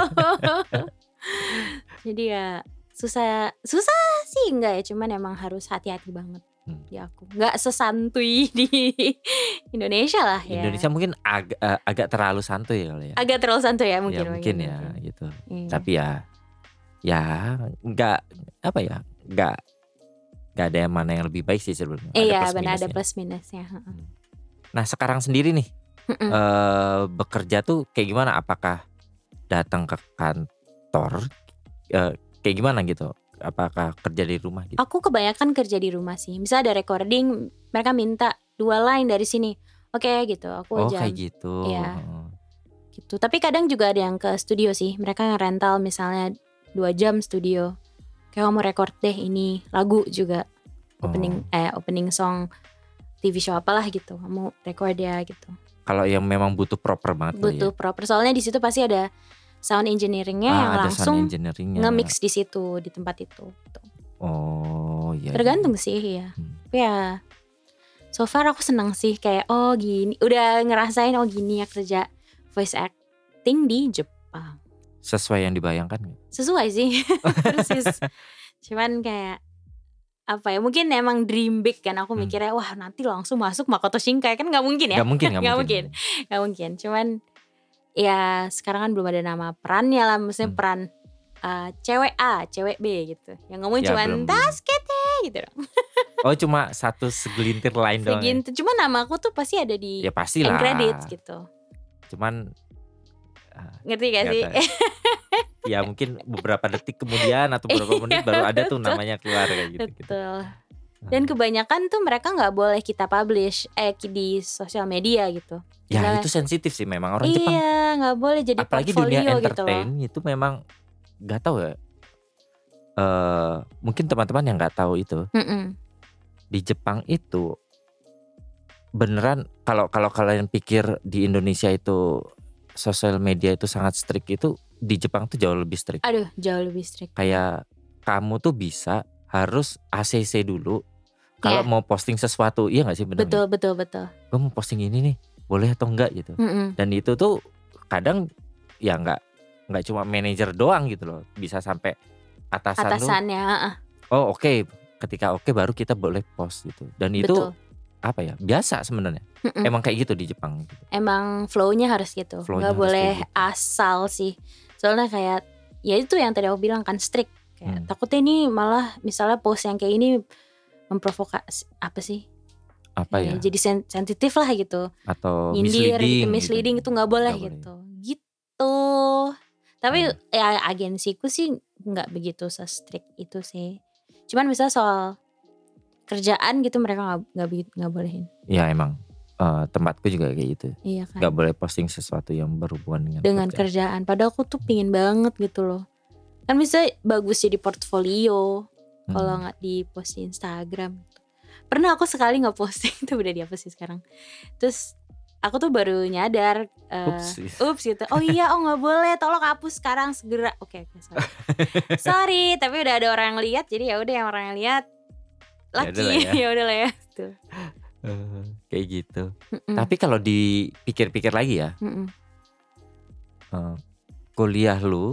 Jadi ya susah susah sih enggak ya, cuman emang harus hati-hati banget. Hmm. Di aku nggak sesantuy di Indonesia lah ya. Indonesia mungkin ag- uh, agak terlalu santuy ya, ya. Agak terlalu santuy ya mungkin. Ya, mungkin, mungkin ya mungkin. Gitu. Iya. Tapi ya, ya nggak apa ya, nggak nggak ada yang mana yang lebih baik sih sebenarnya. Iya benar, ada plus minusnya. Nah sekarang sendiri nih uh, bekerja tuh kayak gimana? Apakah datang ke kantor uh, kayak gimana gitu? Apakah kerja di rumah gitu? Aku kebanyakan kerja di rumah sih. Misalnya ada recording, mereka minta dua line dari sini. Oke okay, gitu. Aku oh jam. kayak gitu. Iya. Gitu. Tapi kadang juga ada yang ke studio sih. Mereka yang rental misalnya dua jam studio. Kayak kamu record deh ini lagu juga. Opening oh. eh opening song T V show apalah gitu. Kamu record ya gitu. Kalau yang memang butuh proper banget. Butuh ya? Proper. Soalnya di situ pasti ada sound engineeringnya ah, yang langsung nge-mix di situ, di tempat itu. Gitu. Oh iya. Tergantung iya. sih ya. Hmm. Ya. So far aku seneng sih kayak oh gini, udah ngerasain oh gini ya kerja voice acting di Jepang. Sesuai yang dibayangkan gak? Sesuai sih. Persis. Cuman kayak apa ya, mungkin emang dream big kan. Aku hmm. mikirnya wah nanti langsung masuk Makoto Shinkai, kan gak mungkin ya. Gak mungkin, gak, gak mungkin. mungkin. Gak mungkin. Cuman ya sekarang kan belum ada nama perannya lah, maksudnya hmm. peran uh, cewek A, cewek B gitu. Yang ngomong ya, cuma taskete gitu dong. Oh cuma satu segelintir lain doang. Segelintir, ya? Cuma nama aku tuh pasti ada di ya, pastilah. end credits gitu. Cuman uh, ngerti gak sih? Ya mungkin beberapa detik kemudian atau beberapa menit baru ada tuh namanya keluar kayak gitu. Betul. Dan kebanyakan tuh mereka nggak boleh kita publish eh di sosial media gitu. Ya misalnya, itu sensitif sih memang orang iya, Jepang. Iya nggak boleh jadi apalagi portfolio dunia entertain gitu itu memang nggak tahu ya. Uh, mungkin teman-teman yang nggak tahu itu Mm-mm. di Jepang itu beneran kalau kalau kalian pikir di Indonesia itu sosial media itu sangat strict, itu di Jepang tuh jauh lebih strict. Aduh jauh lebih strict. Kayak kamu tuh bisa harus A C C dulu kalau yeah. mau posting sesuatu, iya nggak sih benar? Betul gak? betul betul. Gue mau posting ini nih, boleh atau enggak gitu. Mm-mm. Dan itu tuh kadang ya nggak nggak cuma manajer doang gitu loh, bisa sampai atasan atasannya. Tuh, oh oke, okay. Ketika oke okay, baru kita boleh post gitu. Dan itu betul. Apa ya biasa sebenarnya. Mm-mm. Emang kayak gitu di Jepang. Gitu. Emang flow-nya harus gitu, flow-nya nggak harus boleh gitu. Asal sih. Soalnya kayak ya itu yang tadi aku bilang kan strict. Kayak hmm. takutnya ini malah misalnya post yang kayak ini memprovokasi apa sih? Apa ya? ya? Jadi sen- sensitif lah gitu. Atau nyindir, misleading, gitu, misleading gitu nggak boleh gak gitu. Boleh. Gitu. Tapi hmm. ya agensiku sih nggak begitu se-strict itu sih. Cuman misalnya soal kerjaan gitu mereka nggak nggak nggak bolehin. Ya emang uh, tempatku juga kayak gitu. Iya kan. Nggak boleh posting sesuatu yang berhubungan dengan, dengan kerjaan. kerjaan. Padahal aku tuh pingin banget gitu loh. Kan bisa bagus jadi portfolio hmm. kalau nggak di post di Instagram. Pernah aku sekali nggak posting itu udah dihapus sih sekarang. Terus aku tuh baru nyadar. Uh, ups. Ups gitu. Oh iya, oh nggak boleh. Tolong hapus sekarang segera. Oke, okay, okay, sorry. Sorry, tapi udah ada orang yang lihat. Jadi ya udah yang orang yang lihat. Laki, ya udah lah ya. Tuh. Uh, kayak gitu. Mm-mm. Tapi kalau dipikir-pikir lagi ya, uh, kuliah lu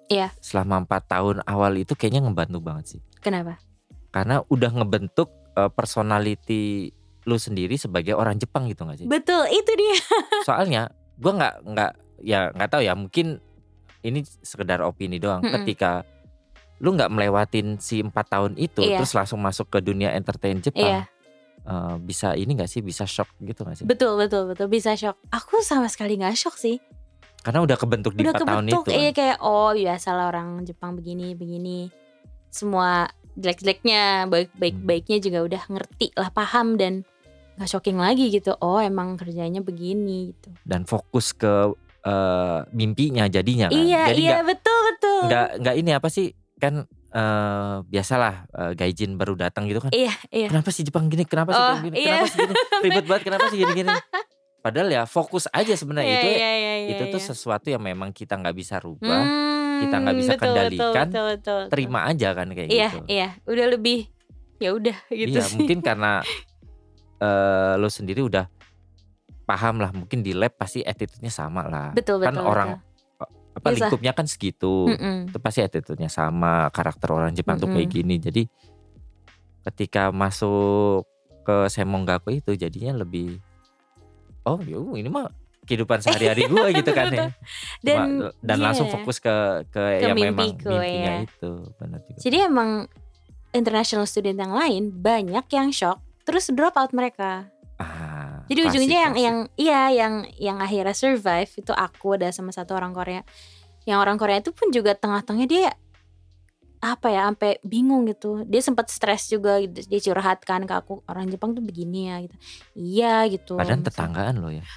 Iya. selama empat tahun awal itu kayaknya ngebantu banget sih. Kenapa? Karena udah ngebentuk uh, personality lu sendiri sebagai orang Jepang gitu gak sih? Betul, itu dia. Soalnya gue nggak nggak ya nggak tahu ya, mungkin ini sekedar opini doang. Mm-mm. Ketika lu nggak melewatin si empat tahun itu, Iya. terus langsung masuk ke dunia entertain Jepang, Iya. uh, bisa ini nggak sih, bisa shock gitu nggak sih? Betul, betul, betul, bisa shock. Aku sama sekali nggak shock sih. Karena udah kebentuk di Udah empat tahun kebentuk, itu. iya Kan? kayak oh biasalah orang Jepang begini begini. Semua jelek-jeleknya, baik-baik-baiknya juga udah ngerti lah, paham, dan nggak shocking lagi gitu. Oh emang kerjanya begini gitu. Dan fokus ke uh, mimpinya jadinya kan. Iya, Jadi iya, gak, betul, betul. Nggak nggak ini apa sih kan, uh, biasalah uh, gaijin baru datang gitu kan. Iya, iya. Kenapa sih Jepang gini? Kenapa sih Oh, kayak gini? iya. Kenapa sih gini? Ribet banget. Kenapa sih gini-gini? Padahal ya fokus aja sebenarnya. Iya, itu iya, iya, itu iya, tuh iya. sesuatu yang memang kita nggak bisa rubah, Hmm, kita nggak bisa betul, kendalikan. betul, betul, betul, betul. Terima aja kan kayak Iya, gitu. iya. Udah lebih ya udah gitu Iya, sih. mungkin karena uh, lo sendiri udah paham lah, mungkin di lab pasti attitude-nya sama lah. Betul, Kan betul, orang betul. apa Bisa. lingkupnya kan segitu. Mm-mm. Itu pasti attitude-nya sama, karakter orang Jepang tuh Mm-mm. kayak gini. Jadi ketika masuk ke Semongaku itu jadinya lebih, oh yuk ini mah kehidupan sehari-hari gue gitu kan ya. Dan Cuma, dan iya, langsung fokus ke ke, ke yang memang mimpiku, mimpinya ya. itu. Benar juga. Jadi emang international student yang lain banyak yang shock terus drop out mereka. Ah, Jadi klasik, ujungnya yang klasik. yang iya yang yang akhirnya survive itu aku ada sama satu orang Korea. Yang orang Korea itu pun juga tengah-tengah dia apa ya, sampai bingung gitu. Dia sempat stres juga, dia curhatkan ke aku, orang Jepang tuh begini ya gitu. Iya gitu. Padahal Maksudnya- tetanggaan lo ya.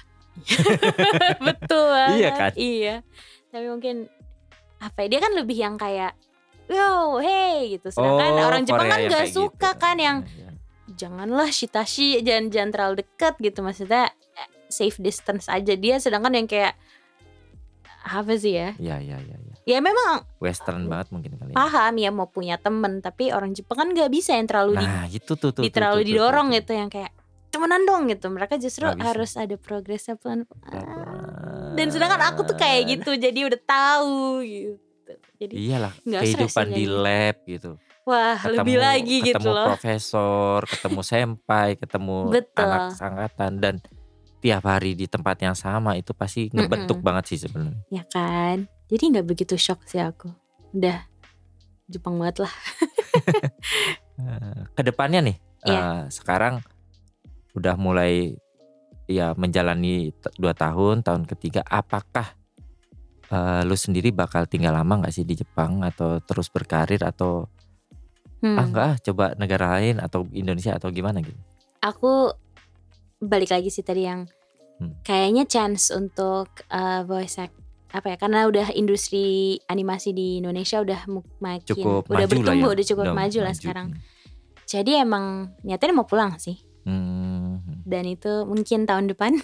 Betul banget. Iya kan? Iya. Tapi mungkin apa ya, dia kan lebih yang kayak yo hey gitu. Sedangkan Oh, orang Jepang Korea kan yang gak kayak suka gitu. kan yang Iya, iya. janganlah shitashi, jangan jangan terlalu dekat gitu, maksudnya eh, safe distance aja dia. Sedangkan yang kayak apa sih ya? Iya, iya, iya, iya. Ya memang Western banget mungkin kali ya. paham ya mau punya temen, tapi orang Jepang kan nggak bisa yang terlalu di, Nah, itu tuh tuh di tuh, terlalu tuh, tuh, didorong tuh, tuh. gitu, yang kayak temenan dong gitu. Mereka justru Nggak bisa. harus ada progresnya pelan. Pelan-pelan. Dan sedangkan aku tuh kayak gitu, jadi udah tahu gitu. Jadi Iyalah, nggak stres kehidupan ya di jadinya. lab gitu. Wah Ketemu, lebih lagi gitu ketemu loh. profesor, ketemu senpai, ketemu Betul. anak angkatan, dan tiap hari di tempat yang sama itu pasti ngebentuk Mm-mm. banget sih sebenarnya. Ya kan, jadi nggak begitu shock sih aku. Udah Jepang banget lah. Eh, Kedepannya nih, Iya. eh, sekarang udah mulai ya menjalani t- dua tahun, tahun ketiga, apakah eh, lu sendiri bakal tinggal lama nggak sih di Jepang, atau terus berkarir, atau Hmm. ah enggak ah, coba negara lain atau Indonesia atau gimana gitu? Aku balik lagi sih tadi yang Hmm. kayaknya chance untuk uh, voice act apa ya, karena udah industri animasi di Indonesia udah mu- makin Cukup udah maju lah bertumbuh, ya. udah cukup maju lah sekarang. Jadi emang niatnya mau pulang sih, Hmm. dan itu mungkin tahun depan.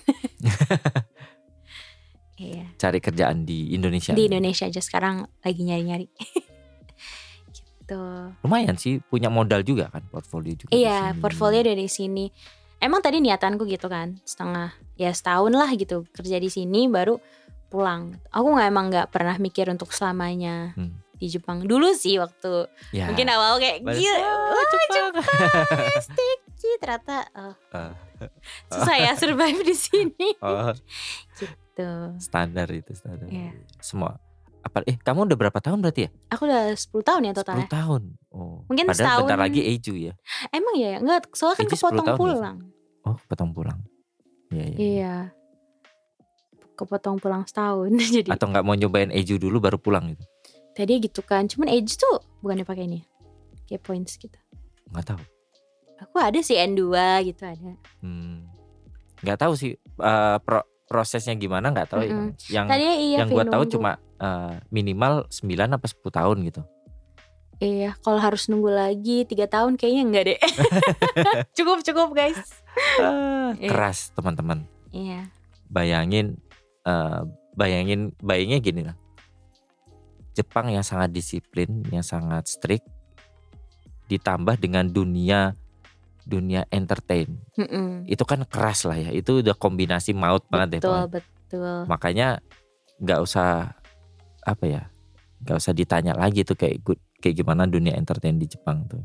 Iya, Cari kerjaan di Indonesia. di Indonesia aja sekarang lagi nyari-nyari. Gitu. Lumayan sih, punya modal juga kan, portfolio juga. di Iya, sini. portfolio dari sini. Emang tadi niatanku gitu kan, setengah ya setahun lah gitu kerja di sini baru pulang. Aku nggak emang nggak pernah mikir untuk selamanya Hmm. di Jepang. Dulu sih waktu Ya. mungkin awal kayak Balik- gila, Ah, wah Jepang. Jepang, sticky, ternyata oh, Ah. susah ya survive di sini. Oh, Tuh, standar itu standar. Iya. Semua. Apa? Eh, kamu udah berapa tahun berarti ya? aku udah sepuluh tahun ya sepuluh totalnya. tahun. Oh. Mungkin Padahal setahun. bentar lagi Eiju ya. Emang ya, enggak, soalnya kan Eju sepuluh kepotong tahun ya? pulang. Oh, potong pulang. Iya, iya. Iya, kepotong pulang setahun. Jadi Atau nggak mau nyobain Eiju dulu baru pulang gitu? tadi gitu kan, cuman Edge tuh bukannya pakai ini ya, kayak points gitu. Nggak tahu. Aku ada sih N dua gitu ada. Hmm. Nggak tahu sih eh, pro- prosesnya gimana, nggak tahu ya. Mm-mm. Yang Tadinya iya yang gua tahu nunggu. cuma eh, minimal sembilan apa sepuluh tahun gitu. Iya, kalau harus nunggu lagi tiga tahun kayaknya enggak deh. Cukup cukup guys. Ah, Iya. keras teman-teman. Iya. Bayangin eh, bayangin bayangnya gini lah. Jepang yang sangat disiplin, yang sangat strict, ditambah dengan dunia dunia entertain. Mm-mm. Itu kan keras lah ya. Itu udah kombinasi maut banget deh. Betul Pak. betul. Makanya nggak usah apa ya, Gak usah ditanya lagi tuh kayak good, kayak gimana dunia entertain di Jepang tuh.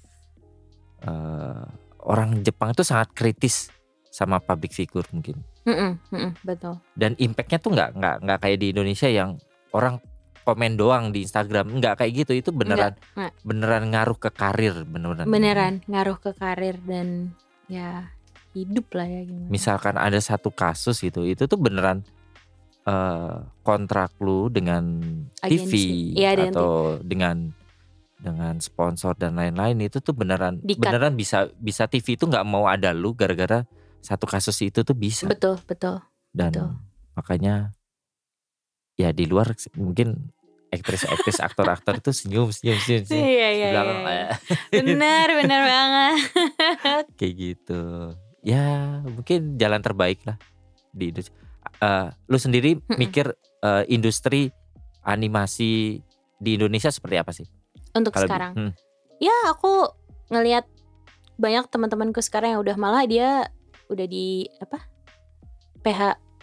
Uh, orang Jepang itu sangat kritis sama public figure mungkin. Mm-mm, mm-mm, betul. Dan impactnya tuh nggak nggak nggak kayak di Indonesia yang orang komen doang di Instagram, nggak kayak gitu. Itu beneran Enggak, enggak. beneran ngaruh ke karir, beneran. Beneran ngaruh ke karir dan ya hidup lah ya gimana. Misalkan ada satu kasus gitu, itu tuh beneran uh, kontrak lu dengan T V ya, atau dengan dengan sponsor dan lain-lain, itu tuh beneran Di-cut. beneran bisa bisa T V itu nggak mau ada lu gara-gara satu kasus itu tuh bisa. Betul betul. Dan betul. makanya ya di luar mungkin aktris-aktris aktor-aktor itu senyum senyum senyum, senyum. Iya iya iya. Benar benar banget. Kayak gitu. Ya mungkin jalan terbaik lah di Indonesia. Uh, lu sendiri Mm-mm. mikir uh, industri animasi di Indonesia seperti apa sih? Untuk Kalau sekarang, di, hmm. ya aku ngelihat banyak teman-temanku sekarang yang udah malah dia udah di apa P H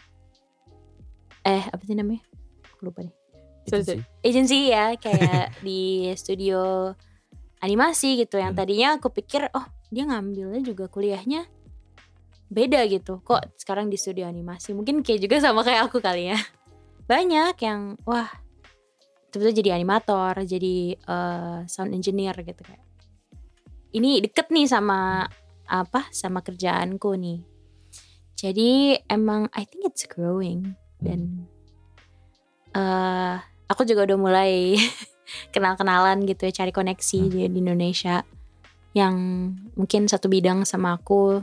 eh apa sih namanya? Aku lupa deh. Agency. Agency ya kayak di studio animasi gitu yang Hmm. tadinya aku pikir oh dia ngambilnya juga kuliahnya beda gitu kok sekarang di studio animasi mungkin kayak juga sama kayak aku kali ya banyak yang wah betul-betul jadi animator jadi uh, sound engineer gitu kayak ini deket nih sama apa sama kerjaanku nih jadi emang I think it's growing dan uh, aku juga udah mulai kenal-kenalan gitu ya cari koneksi hmm. di, di Indonesia yang mungkin satu bidang sama aku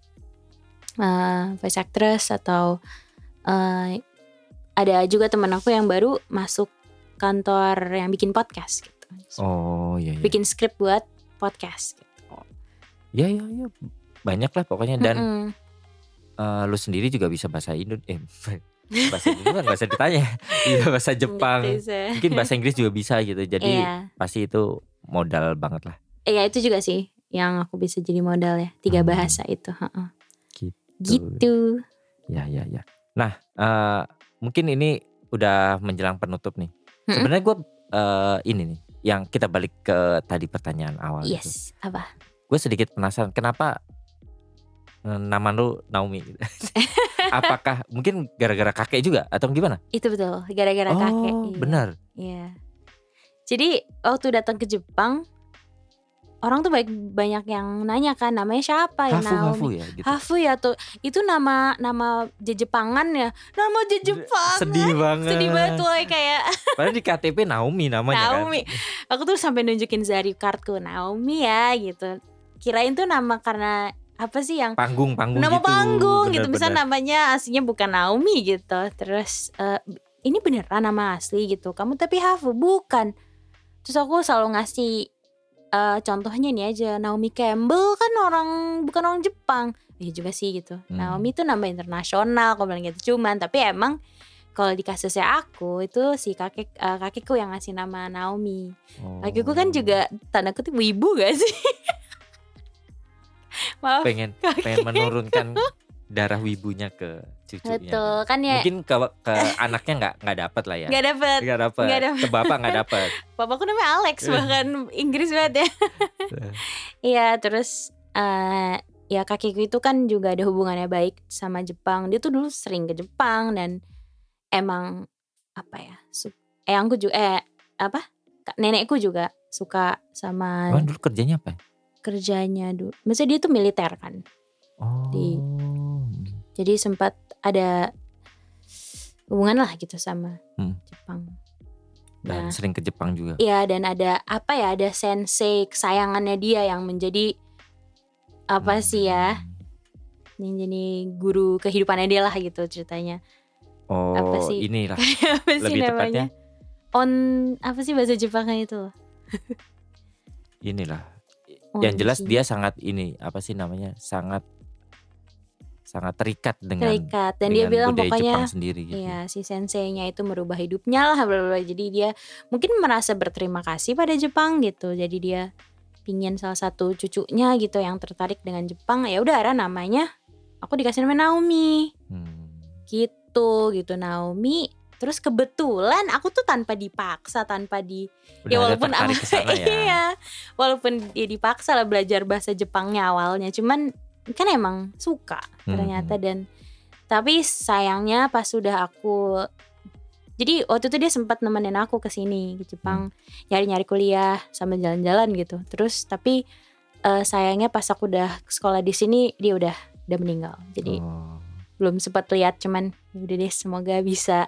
uh, voice actress atau uh, ada juga teman aku yang baru masuk kantor yang bikin podcast gitu. Oh iya, iya. Bikin skrip buat podcast gitu. Ya ya ya banyak lah pokoknya dan Mm-mm. uh, lu sendiri juga bisa bahasa Indo eh bahasa Indonesia nggak usah ditanya, iya bahasa Jepang, mungkin bahasa Inggris juga bisa gitu. Jadi iya. pasti itu modal banget lah. Iya itu juga sih yang aku bisa jadi modal ya tiga Hmm. bahasa itu. Uh-uh. Gitu. Gitu. Ya ya ya. Nah uh, mungkin ini udah menjelang penutup nih. Mm-mm. Sebenarnya gue uh, ini nih yang kita balik ke tadi pertanyaan awal. Yes gitu. apa? Gue sedikit penasaran kenapa uh, nama lu Naomi? Apakah mungkin gara-gara kakek juga atau gimana? Itu betul gara-gara oh, kakek. Oh benar. Iya. Jadi waktu datang ke Jepang orang tuh baik banyak yang nanya kan namanya siapa ya Hafu, Naomi. Hafu ya gitu. Hafu ya tuh itu nama nama Jepangan ya. Nama Jepangan. Sedih banget. Sedih banget tuh kayak. Padahal di K T P Naomi namanya Naomi. kan. Aku tuh sampai nunjukin Zari cardku Naomi ya gitu. Kirain tuh nama karena apa sih yang panggung-panggung nama gitu. panggung bener, gitu. Misalnya namanya aslinya bukan Naomi gitu. Terus uh, ini beneran nama asli gitu. Kamu tapi Hafu bukan. Terus aku selalu ngasih uh, contohnya ini aja Naomi Campbell kan orang bukan orang Jepang. Iya juga sih gitu. Hmm. Naomi itu nama internasional aku bilang gitu. Cuman tapi emang kalau di kasusnya aku itu si kakek uh, kakekku yang ngasih nama Naomi. Oh. Kakekku kan juga tanda kutip wibu gak sih? Maaf. Pengen kakek. pengen menurunkan darah wibunya ke cucunya. Betul kan ya. Mungkin ke ke anaknya nggak nggak dapat lah ya. Nggak dapet. Nggak dapat. Nggak dapet. Ke bapak nggak dapat. Bapakku namanya Alex bahkan Inggris banget ya. Iya terus uh, ya kakekku itu kan juga ada hubungannya baik sama Jepang. Dia tuh dulu sering ke Jepang dan emang apa ya? Su- eyangku juga eh apa? Nenekku juga suka sama. Oh, dulu kerjanya apa? Kerjanya dulu. Maksudnya dia tuh militer kan. Oh. Di, jadi sempat ada hubungan lah gitu sama hmm. Jepang. Dan Nah, sering ke Jepang juga. iya dan ada apa ya ada sensei kesayangannya dia yang menjadi apa Hmm. sih ya yang jadi guru kehidupannya dia lah gitu ceritanya. Oh Apa sih? inilah Apa sih lebih namanya? tepatnya On apa sih bahasa Jepangnya itu? inilah. On Yang jelas sih. dia sangat ini apa sih namanya sangat sangat terikat dengan terikat dan dengan dia bilang budaya pokoknya Jepang sendiri gitu. iya si senseinya itu merubah hidupnya lah bla bla bla. Jadi dia mungkin merasa berterima kasih pada Jepang gitu. Jadi dia pingin salah satu cucunya gitu yang tertarik dengan Jepang. Ya udah ada namanya aku dikasih nama Naomi. Hmm. Gitu gitu Naomi. Terus kebetulan aku tuh tanpa dipaksa, tanpa di Udah ya ada walaupun tertarik awal- ke sana ya. iya, walaupun dia dipaksa lah belajar bahasa Jepangnya awalnya, cuman kan emang suka ternyata. Hmm. Dan tapi sayangnya pas sudah aku, jadi waktu itu dia sempat nemenin aku ke sini ke Jepang, nyari-nyari kuliah sambil jalan-jalan gitu. Terus tapi eh, sayangnya pas aku udah sekolah di sini dia udah udah meninggal. Jadi Oh. belum sempat lihat, cuman ya udah deh, semoga bisa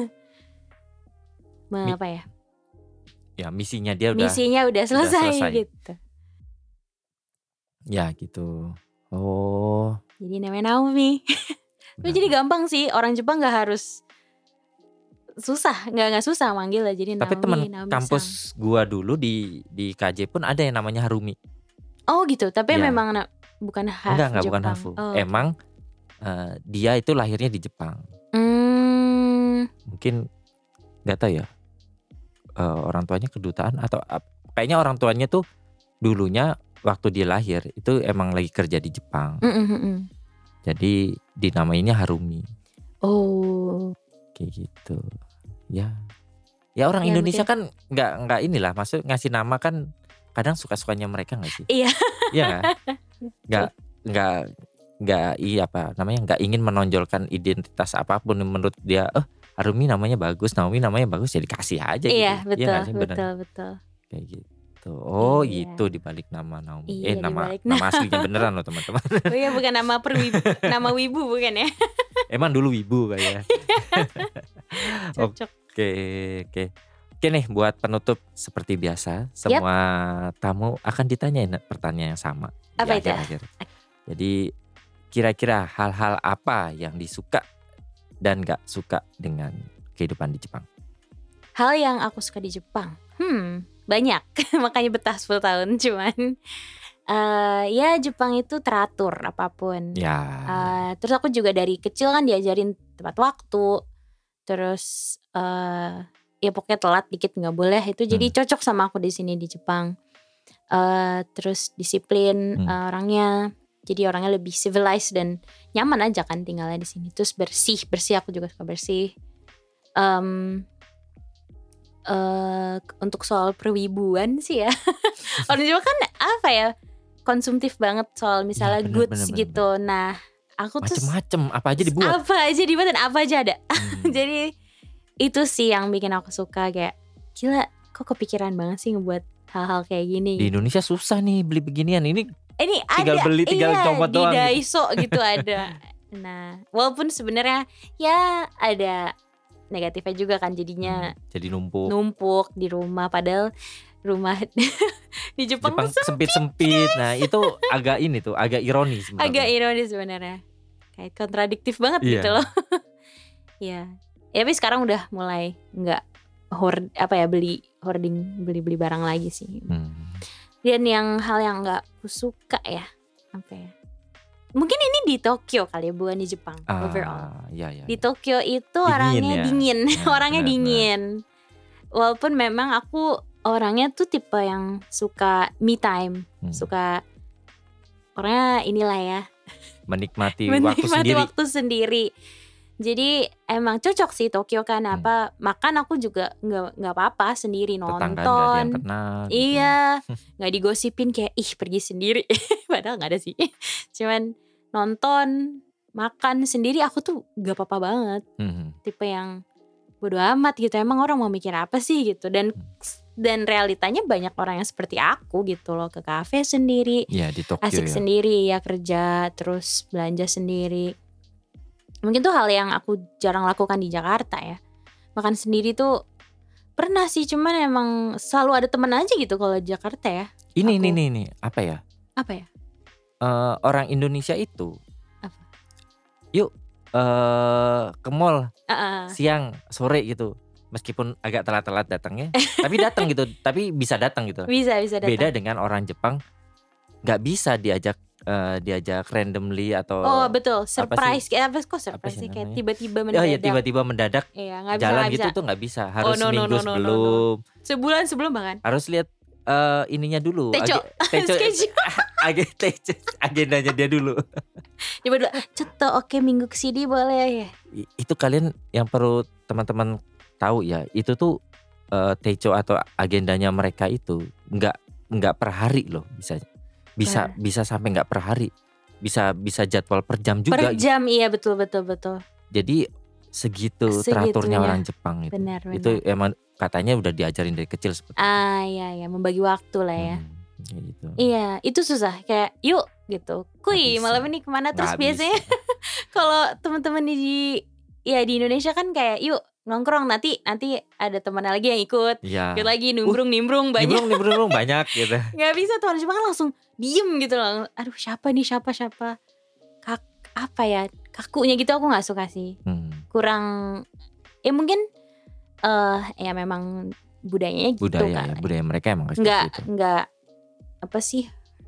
Mi- apa ya? Ya misinya dia udah Misinya udah selesai, selesai. gitu. ya gitu. Oh. Jadi namanya Naomi. Tapi jadi gampang sih, orang Jepang nggak harus susah, nggak nggak susah manggil lah. Jadi Tapi Naomi, teman Naomi kampus gua dulu di di K J pun ada yang namanya Harumi. Oh gitu, tapi Ya. memang na- bukan half Enggak, enggak bukan Jepang. Hafu. Oh. Emang eh, dia itu lahirnya di Jepang. Hmm, Mungkin nggak tahu ya. eh, orang tuanya kedutaan atau ap- kayaknya orang tuanya tuh dulunya waktu dia lahir itu emang lagi kerja di Jepang. mm, mm, mm. Jadi dinamainnya Harumi Oh, kayak gitu. Ya. Ya orang Ya, Indonesia kan nggak nggak inilah, maksud ngasih nama kan kadang suka-sukanya mereka nggak sih? iya. Iya nggak? Nggak nggak nggak iya apa namanya, nggak ingin menonjolkan identitas apapun menurut dia. Eh Harumi namanya bagus, Naomi namanya bagus, jadi kasih aja Iya, gitu. betul, nggak sih? Bener. betul, betul. Kayak gitu. Oh Iya. gitu dibalik nama Naomi. Iya, eh nama dibalik nama aslinya beneran loh teman-teman. Oh iya, bukan nama perwibu, nama wibu bukan ya? Emang dulu wibu kayak. Cocok. Oke, oke. Oke nih, buat penutup seperti biasa, semua tamu akan ditanyain pertanyaan yang sama di Apa itu? akhir-akhir. Jadi kira-kira hal-hal apa yang disuka dan gak suka dengan kehidupan di Jepang? Hal yang aku suka di Jepang, hmm banyak, makanya betah sepuluh tahun. Cuman eh ya Jepang itu teratur apapun. Ya, Eh, terus aku juga dari kecil kan diajarin tepat waktu. Terus eh ya pokoknya telat dikit nggak boleh. Itu jadi Hmm. cocok sama aku di sini di Jepang. Eh terus disiplin Hmm. eh, orangnya. Jadi orangnya lebih civilized dan nyaman aja kan tinggalnya di sini. Terus bersih, bersih aku juga suka bersih. Em eh untuk soal perwibuan sih ya. Orang Jawa kan apa ya? Konsumtif banget soal misalnya bener, goods bener, bener, gitu. Nah, aku tuh macem-macem apa aja dibuat. apa aja dibuat dan apa aja ada. Hmm. Jadi itu sih yang bikin aku suka, kayak gila kok kepikiran banget sih ngebuat hal-hal kayak gini. Di Indonesia susah nih beli beginian. Ini Ini tinggal ada, beli, tinggal iya, comot di doang gitu. Daiso gitu ada. Nah, walaupun sebenarnya ya ada negatifnya juga kan, jadinya Hmm, jadi numpuk. numpuk di rumah, padahal rumah di Jepang, Jepang tuh sempit-sempit. Nah, itu agak ini tuh, agak ironis sebenarnya. agak ironis sebenarnya, kayak kontradiktif banget Iya. gitu loh. Ya, ya tapi sekarang udah mulai nggak hoard apa ya beli hoarding beli-beli barang lagi sih. Hmm. Dan yang hal yang nggak aku suka ya apa ya? Mungkin ini di Tokyo kali ya, bukan di Jepang overall. Ah, ya, ya. Di Tokyo itu Dingin orangnya ya? dingin, Nah, orangnya benar, dingin. Walaupun memang aku orangnya tuh tipe yang suka me time, Hmm. suka orangnya inilah ya, Menikmati, menikmati waktu sendiri. waktu sendiri. Jadi emang cocok sih Tokyo kan, Hmm. apa makan aku juga nggak nggak apa-apa sendiri Tetangga nggak ada nonton. yang kenal. gitu. Iya, nggak digosipin kayak ih pergi sendiri. Padahal nggak ada sih. Cuman nonton, makan sendiri aku tuh nggak apa-apa banget. Hmm. Tipe yang bodo amat gitu. Emang orang mau mikir apa sih gitu. Dan dan realitanya banyak orang yang seperti aku gitu loh, ke kafe sendiri, Iya di Tokyo asik ya. sendiri ya, kerja terus belanja sendiri. Mungkin tuh hal yang aku jarang lakukan di Jakarta ya. Makan sendiri tuh pernah sih, cuman emang selalu ada temen aja gitu kalau di Jakarta ya. Ini Aku- ini ini ini apa ya? Apa ya? Eh, orang Indonesia itu Apa? yuk eh ke mall Ah, ah. siang sore gitu, meskipun agak telat-telat datangnya, tapi datang gitu, tapi bisa datang gitu. Bisa bisa datang. Beda dengan orang Jepang, nggak bisa diajak eh, diajak randomly atau Oh betul, surprise kayak apa kok surprise sih sih, kayak namanya? tiba-tiba oh mendadak. ya tiba-tiba mendadak Iya, nggak bisa jalan nggak gitu bisa. tuh nggak bisa, harus no, no, seminggu no, no, no, no. sebelum, Sebulan sebelum bahkan. harus lihat uh, ininya dulu. Teco, age, teco age, teco, agendanya dia dulu. Coba dulu, ceto oke minggu kesini boleh ya. Itu kalian yang perlu teman-teman tahu ya. Itu tuh uh, teco atau agendanya mereka itu nggak nggak per hari loh, bisa bisa nah. bisa sampai nggak per hari. Bisa bisa jadwal per jam juga. Per jam gitu. Iya betul betul betul. Jadi segitu Segitunya. teraturnya orang Jepang itu. Benar, benar. Itu emang katanya udah diajarin dari kecil seperti ah, itu. iya ya, membagi waktu lah ya. Hmm, gitu. Iya, itu susah kayak yuk gitu. Kui malam ini kemana terus Gak biasanya kalau teman-teman di ya di Indonesia kan kayak yuk nongkrong nanti nanti ada teman lagi yang ikut. Ya. Ikut lagi nimbrung uh, nimbrung banyak. Nimbrung nimbrung banyak gitu. Gak bisa tuh orang Jepang kan langsung diem gitu loh. Aduh siapa nih siapa siapa. Kak apa ya? Kakunya gitu aku enggak suka sih. Hmm. Kurang ya mungkin eh uh, ya memang budayanya gitu budaya, kan. Ya, budaya mereka emang kayak enggak, gitu. Enggak apa sih?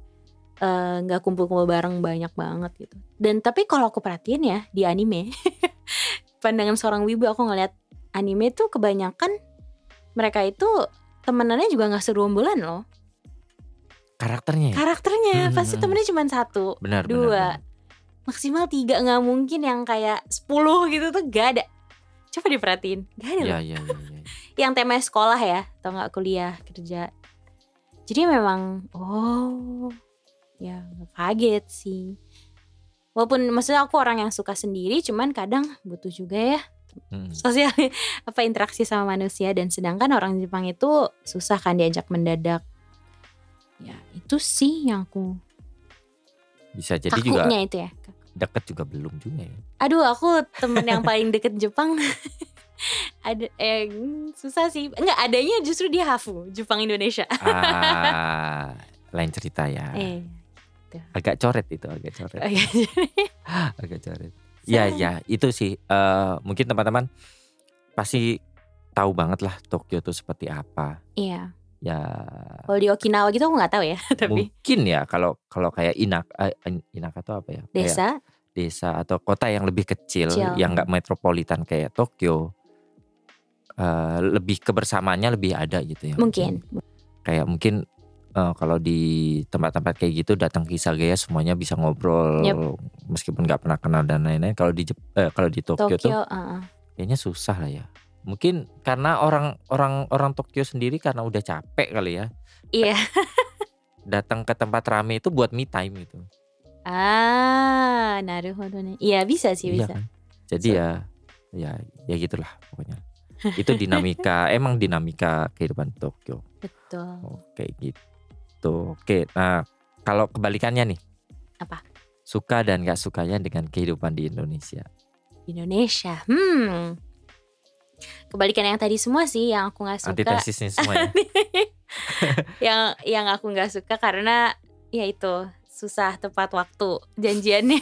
Uh, enggak kumpul-kumpul bareng banyak banget gitu. Dan tapi kalau aku perhatiin ya di anime pandangan seorang wibu aku ngeliat anime tuh kebanyakan mereka itu temenannya juga gak segerombolan loh. Karakternya Karakternya hmm. pasti temennya cuma satu, benar, dua, benar, benar. maksimal tiga. Gak mungkin yang kayak sepuluh gitu tuh gak ada. Coba diperhatiin, gak ada ya, loh ya, ya, ya. Yang tema sekolah ya, atau gak kuliah, kerja. Jadi memang oh ya kaget sih. Walaupun maksudnya aku orang yang suka sendiri, cuman kadang butuh juga ya hmm. sosial apa interaksi sama manusia. Dan sedangkan orang Jepang itu susah kan diajak mendadak. Ya itu sih yang aku bisa jadi kakunya juga itu ya. Deket juga belum juga ya. Aduh aku temen yang paling deket Jepang ada eh susah sih. Enggak, adanya justru dia Hafu Jepang Indonesia. Ah, lain cerita ya. Eh, gitu. Agak coret itu agak coret. Agak coret. Ya ya itu sih uh, mungkin teman-teman pasti tahu banget lah Tokyo itu seperti apa. Iya. Ya. Kalau di Okinawa gitu aku nggak tahu ya. Tapi mungkin ya kalau kalau kayak Inaka, Inaka atau apa ya? Desa. Kayak desa atau kota yang lebih kecil, kecil. Yang nggak metropolitan kayak Tokyo, uh, lebih kebersamaannya lebih ada gitu ya. Mungkin. Kayak mungkin uh, kalau di tempat-tempat kayak gitu datang ke Isagaya semuanya bisa ngobrol, yep. Meskipun nggak pernah kenal dan lain-lain. Kalau di eh, kalau di Tokyo, Tokyo tuh uh-uh. kayaknya susah lah ya. Mungkin karena orang-orang orang Tokyo sendiri karena udah capek kali ya. Iya. Datang ke tempat rame itu buat me time gitu. Ah, naruhodo nih. Iya bisa sih iya bisa. Kan? Jadi so. ya, ya, ya gitulah pokoknya. Itu dinamika, emang dinamika kehidupan Tokyo. Betul. Oke gitu. Oke, nah kalau kebalikannya nih. Apa? Suka dan gak sukanya dengan kehidupan di Indonesia. Indonesia, hmm. Kebalikan yang tadi semua sih, yang aku nggak suka. Antitesisnya semua ya. yang yang aku nggak suka karena ya itu susah tepat waktu janjiannya.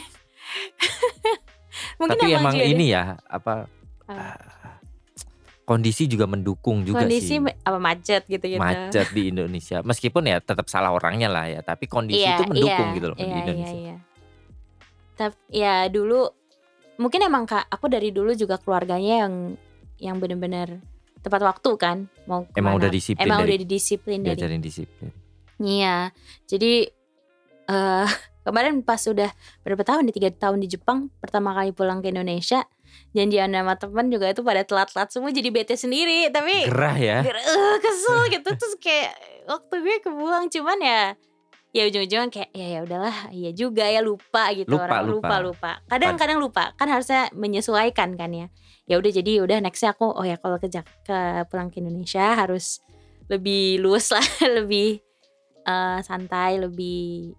Mungkin tapi emang ini deh. ya apa uh, kondisi juga mendukung juga kondisi sih. Kondisi apa macet gitu-gitu. Macet di Indonesia. Meskipun ya tetap salah orangnya lah ya, tapi kondisi iya, itu mendukung iya, gitu loh iya, di Indonesia. Iya, iya. Tapi ya dulu mungkin emang Kak, aku dari dulu juga keluarganya yang yang benar-benar tepat waktu kan, mau kemana. Emang udah disiplin. Emang dari, udah didisiplin dari. Diajarin disiplin. Iya. Jadi uh, kemarin pas udah berapa tahun di tiga tahun di Jepang, pertama kali pulang ke Indonesia, janjian sama teman juga itu pada telat-telat semua, jadi bete sendiri. Tapi gerah ya. Gerah, uh, kesel gitu. Terus kayak waktu gue kebuang, cuman ya ya ujung-ujungnya kayak ya ya udahlah, iya juga ya lupa gitu. Lupa, orang lupa. lupa lupa. Kadang-kadang lupa. Kan harusnya menyesuaikan kan ya. Ya udah jadi udah nextnya aku oh ya kalau ke, ke pulang ke Indonesia harus lebih luas lah, lebih uh, santai, lebih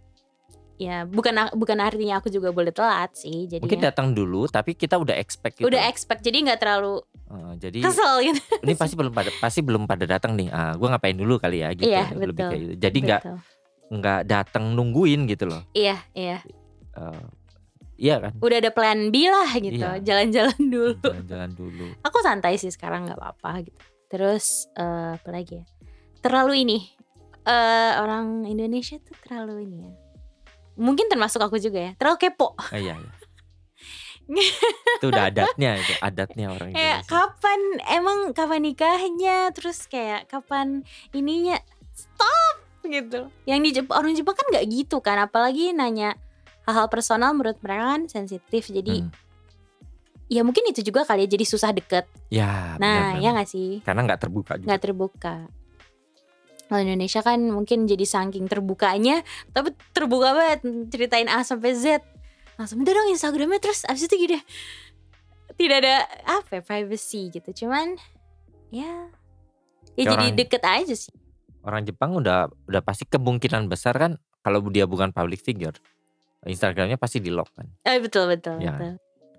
ya bukan bukan artinya aku juga boleh telat sih. Jadinya mungkin datang dulu tapi kita udah expect gitu. Udah expect jadi nggak terlalu uh, jadi kesel gitu. Ini pasti belum pada pasti belum pada datang nih. Ah, gue ngapain dulu kali ya gitu. Iya, lebih betul, kayak gitu. Jadi nggak nggak datang nungguin gitu loh. Iya iya. Uh, Iya kan. Udah ada plan B lah gitu. Iya. Jalan-jalan dulu. Jalan-jalan dulu. Aku santai sih sekarang, nggak apa-apa gitu. Terus uh, apa lagi ya? Terlalu ini uh, orang Indonesia tuh terlalu ini ya. Mungkin termasuk aku juga ya. Terlalu kepo. Oh, iya iya. Itu udah adatnya itu adatnya orang Indonesia. Kayak kapan emang kapan nikahnya? Terus kayak kapan ininya? stop gitu. Yang di Jepang, orang Jepang kan nggak gitu kan, apalagi nanya hal-hal personal menurut mereka kan sensitif. Jadi hmm. ya mungkin itu juga kali ya, jadi susah deket. Ya, nah benar, ya benar. nggak sih? Karena nggak terbuka juga. Nggak terbuka. Kalau Indonesia kan mungkin jadi saking terbukanya, tapi terbuka banget ceritain A sampai Z. Langsung minta dong Instagramnya, terus abis itu gitu. Tidak ada apa ya, privacy gitu. Cuman ya ya Kayak jadi orang, deket aja sih. Orang Jepang udah udah pasti kemungkinan besar kan kalau dia bukan public figure, Instagramnya pasti di lock kan. Eh betul betul ya. betul.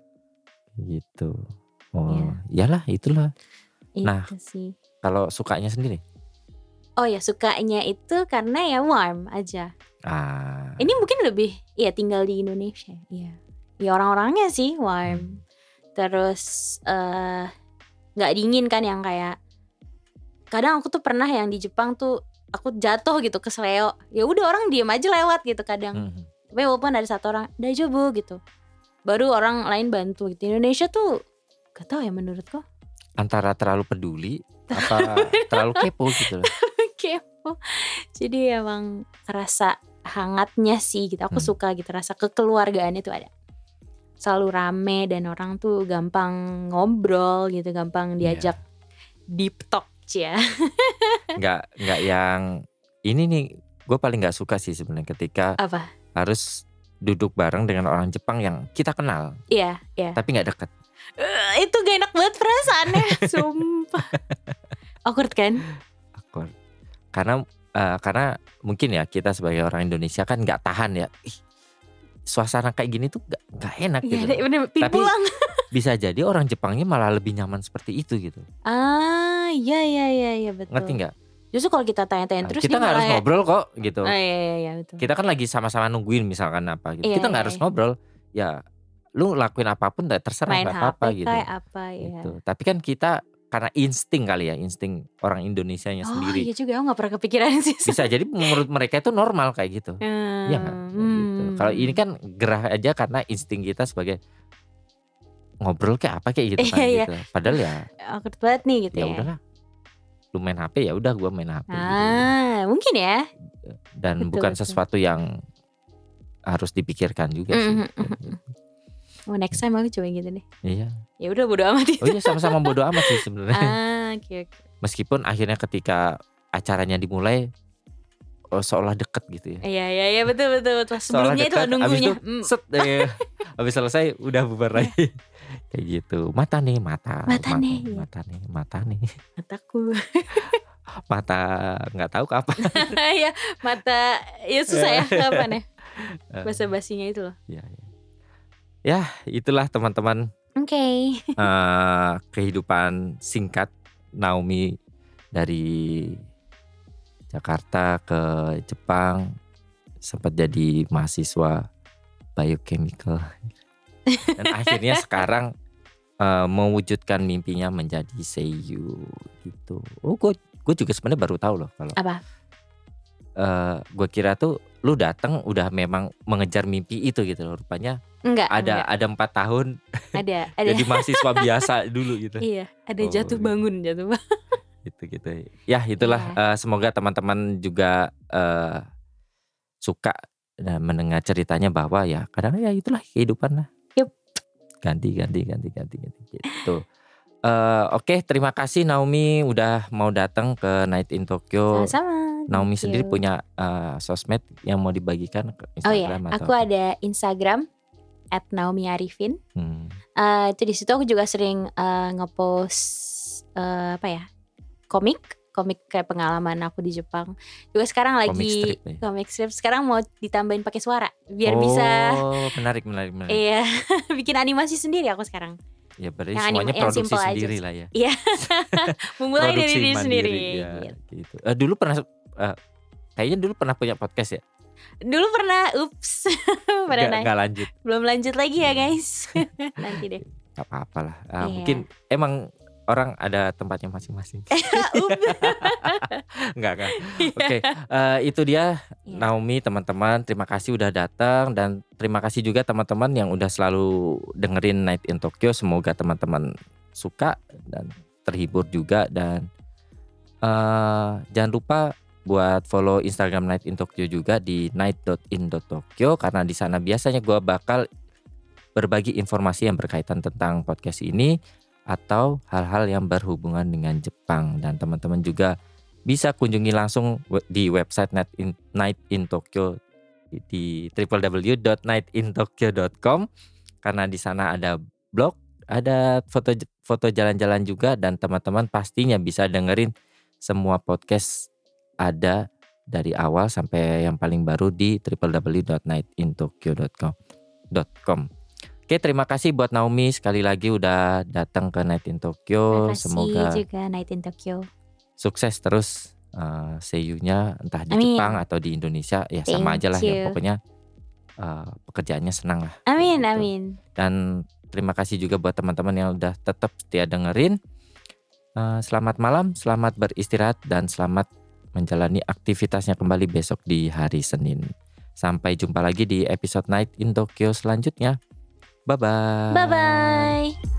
Gitu. Oh, ya. Iyalah itulah. Itu nah, sih. Kalau sukanya sendiri? Oh ya, sukanya itu karena ya warm aja. Ah. Ini mungkin lebih ya tinggal di Indonesia. Iya. Ya orang-orangnya sih warm. Hmm. Terus uh, gak dingin kan yang kayak, kadang aku tuh pernah yang di Jepang tuh aku jatuh gitu ke seleo, ya udah orang diem aja lewat gitu kadang. Hmm. Tapi walaupun ada satu orang daijoubu gitu, baru orang lain bantu gitu. Indonesia tuh gak tahu ya menurutku, antara terlalu peduli apa terlalu kepo gitu loh. Kepo. Jadi emang kerasa hangatnya sih gitu. Aku hmm. suka gitu, rasa kekeluargaan itu ada. Selalu rame dan orang tuh gampang ngobrol gitu, gampang diajak yeah. deep talk ya. Nggak nggak yang ini nih, gue paling nggak suka sih sebenarnya ketika apa? Harus duduk bareng dengan orang Jepang yang kita kenal. Iya yeah, iya. Yeah. Tapi nggak deket. Uh, itu gak enak banget perasaannya, sumpah. Awkward kan? Awkward. Karena uh, karena mungkin ya kita sebagai orang Indonesia kan nggak tahan ya. Ih, suasana kayak gini tuh nggak nggak enak ya, gitu. Bener, tapi pulang. Bisa jadi orang Jepangnya malah lebih nyaman seperti itu gitu. Ah iya iya iya ya, betul. Ngerti nggak? Justru kalau kita tanya-tanya terus kita nggak harus ya... ngobrol kok gitu. Oh, iya, iya, iya, betul. Kita kan lagi sama-sama nungguin misalkan apa gitu. Iya, kita nggak iya, harus iya. ngobrol. Ya lu lakuin apapun terserah, main nggak apa-apa gitu. Kayak apa ya. Gitu. Tapi kan kita karena insting kali ya, insting orang Indonesianya oh, sendiri. Oh iya juga, aku gak pernah kepikiran sih. Bisa jadi menurut mereka itu normal kayak gitu. Hmm, Iya kan? Hmm. Gitu. Kalau ini kan gerah aja karena insting kita sebagai ngobrol kayak apa kayak gitu kan iya, gitu. Padahal ya awkward banget nih gitu ya. Ya udahlah. Lu main H P ya udah gua main H P. Ah, gitu. mungkin ya. Dan betul, bukan betul. Sesuatu yang harus dipikirkan juga sih. Mm-hmm. Oh next time aku coba gitu deh. Iya. Ya udah bodo amat itu. Oh iya sama-sama bodo amat sih sebenarnya. Ah, oke okay, oke. Okay. Meskipun akhirnya ketika acaranya dimulai oh, seolah deket gitu ya. Iya iya iya betul betul betul. Sebelumnya deket, itu nunggunya. Abis itu set deh. Habis selesai udah bubar lagi. Kayak gitu. Mata nih, mata. Mata, mata nih. Mata nih, mata nih. Mataku. Mata enggak tahu kapan. Ya, mata ya susah ya kapan ya. Basa-basinya itu loh. Iya, iya. Ya, itulah teman-teman. Oke. Okay. uh, kehidupan singkat Naomi dari Jakarta ke Jepang, sempat jadi mahasiswa biochemical. Dan akhirnya sekarang uh, mewujudkan mimpinya menjadi seiyu gitu. Oh, gue gue juga sebenarnya baru tahu loh kalau. Apa? Uh, gue kira tuh lu datang udah memang mengejar mimpi itu gitu loh. Rupanya enggak, ada enggak. ada empat tahun. Ada, ada. Jadi mahasiswa biasa dulu gitu. Iya, ada oh, jatuh bangun, gitu. jatuh bangun. Gitu-gitu. Ya, itulah yeah. uh, semoga teman-teman juga uh, suka dan mendengar ceritanya bahwa ya kadang ya itulah kehidupan lah. Yup. Ganti ganti ganti ganti ganti gitu. Uh, Oke, okay, terima kasih Naomi udah mau datang ke Night in Tokyo. Sama-sama. Naomi sendiri punya uh, sosmed yang mau dibagikan ke Instagram? Oh iya, aku atau? ada Instagram at Naomi Arifin. Hmm. Uh, itu di situ aku juga sering uh, ngepost uh, apa ya, komik, komik kayak pengalaman aku di Jepang. Juga sekarang lagi komik strip. Sekarang mau ditambahin pakai suara biar oh, bisa. Oh, menarik menarik menarik. Iya, bikin animasi sendiri aku sekarang. Ya berarti yang semuanya anim- produksi sendiri aja. lah ya. Iya. Memulai dari diri sendiri. Ya, gitu. uh, dulu pernah uh, kayaknya dulu pernah punya podcast ya? Dulu pernah, ups. pernah gak, gak lanjut. Belum lanjut lagi ya guys. Nanti deh. Gak apa-apa lah. Uh, yeah. Mungkin emang orang ada tempatnya masing-masing. Enggak kan. Oke, okay. uh, itu dia yeah. Naomi, teman-teman. Terima kasih udah datang dan terima kasih juga teman-teman yang udah selalu dengerin Night in Tokyo. Semoga teman-teman suka dan terhibur juga dan uh, jangan lupa buat follow Instagram Night in Tokyo juga di night dot in dot tokyo, karena di sana biasanya gue bakal berbagi informasi yang berkaitan tentang podcast ini atau hal-hal yang berhubungan dengan Jepang. Dan teman-teman juga bisa kunjungi langsung di website Night in, Night in Tokyo di w w w dot night in tokyo dot com, karena di sana ada blog, ada foto foto jalan-jalan juga, dan teman-teman pastinya bisa dengerin semua podcast ada dari awal sampai yang paling baru di w w w dot night in tokyo dot com. Oke, terima kasih buat Naomi sekali lagi udah datang ke Night in Tokyo. Terima kasih Semoga juga Night in Tokyo. Sukses terus uh, seiyunya entah di Amin. Jepang atau di Indonesia, ya Thank sama aja lah you. ya pokoknya uh, pekerjaannya senang lah. Amin, gitu. amin. Dan terima kasih juga buat teman-teman yang udah tetap setia dengerin. Uh, selamat malam, selamat beristirahat, dan selamat menjalani aktivitasnya kembali besok di hari Senin. Sampai jumpa lagi di episode Night in Tokyo selanjutnya. Bye-bye. Bye-bye.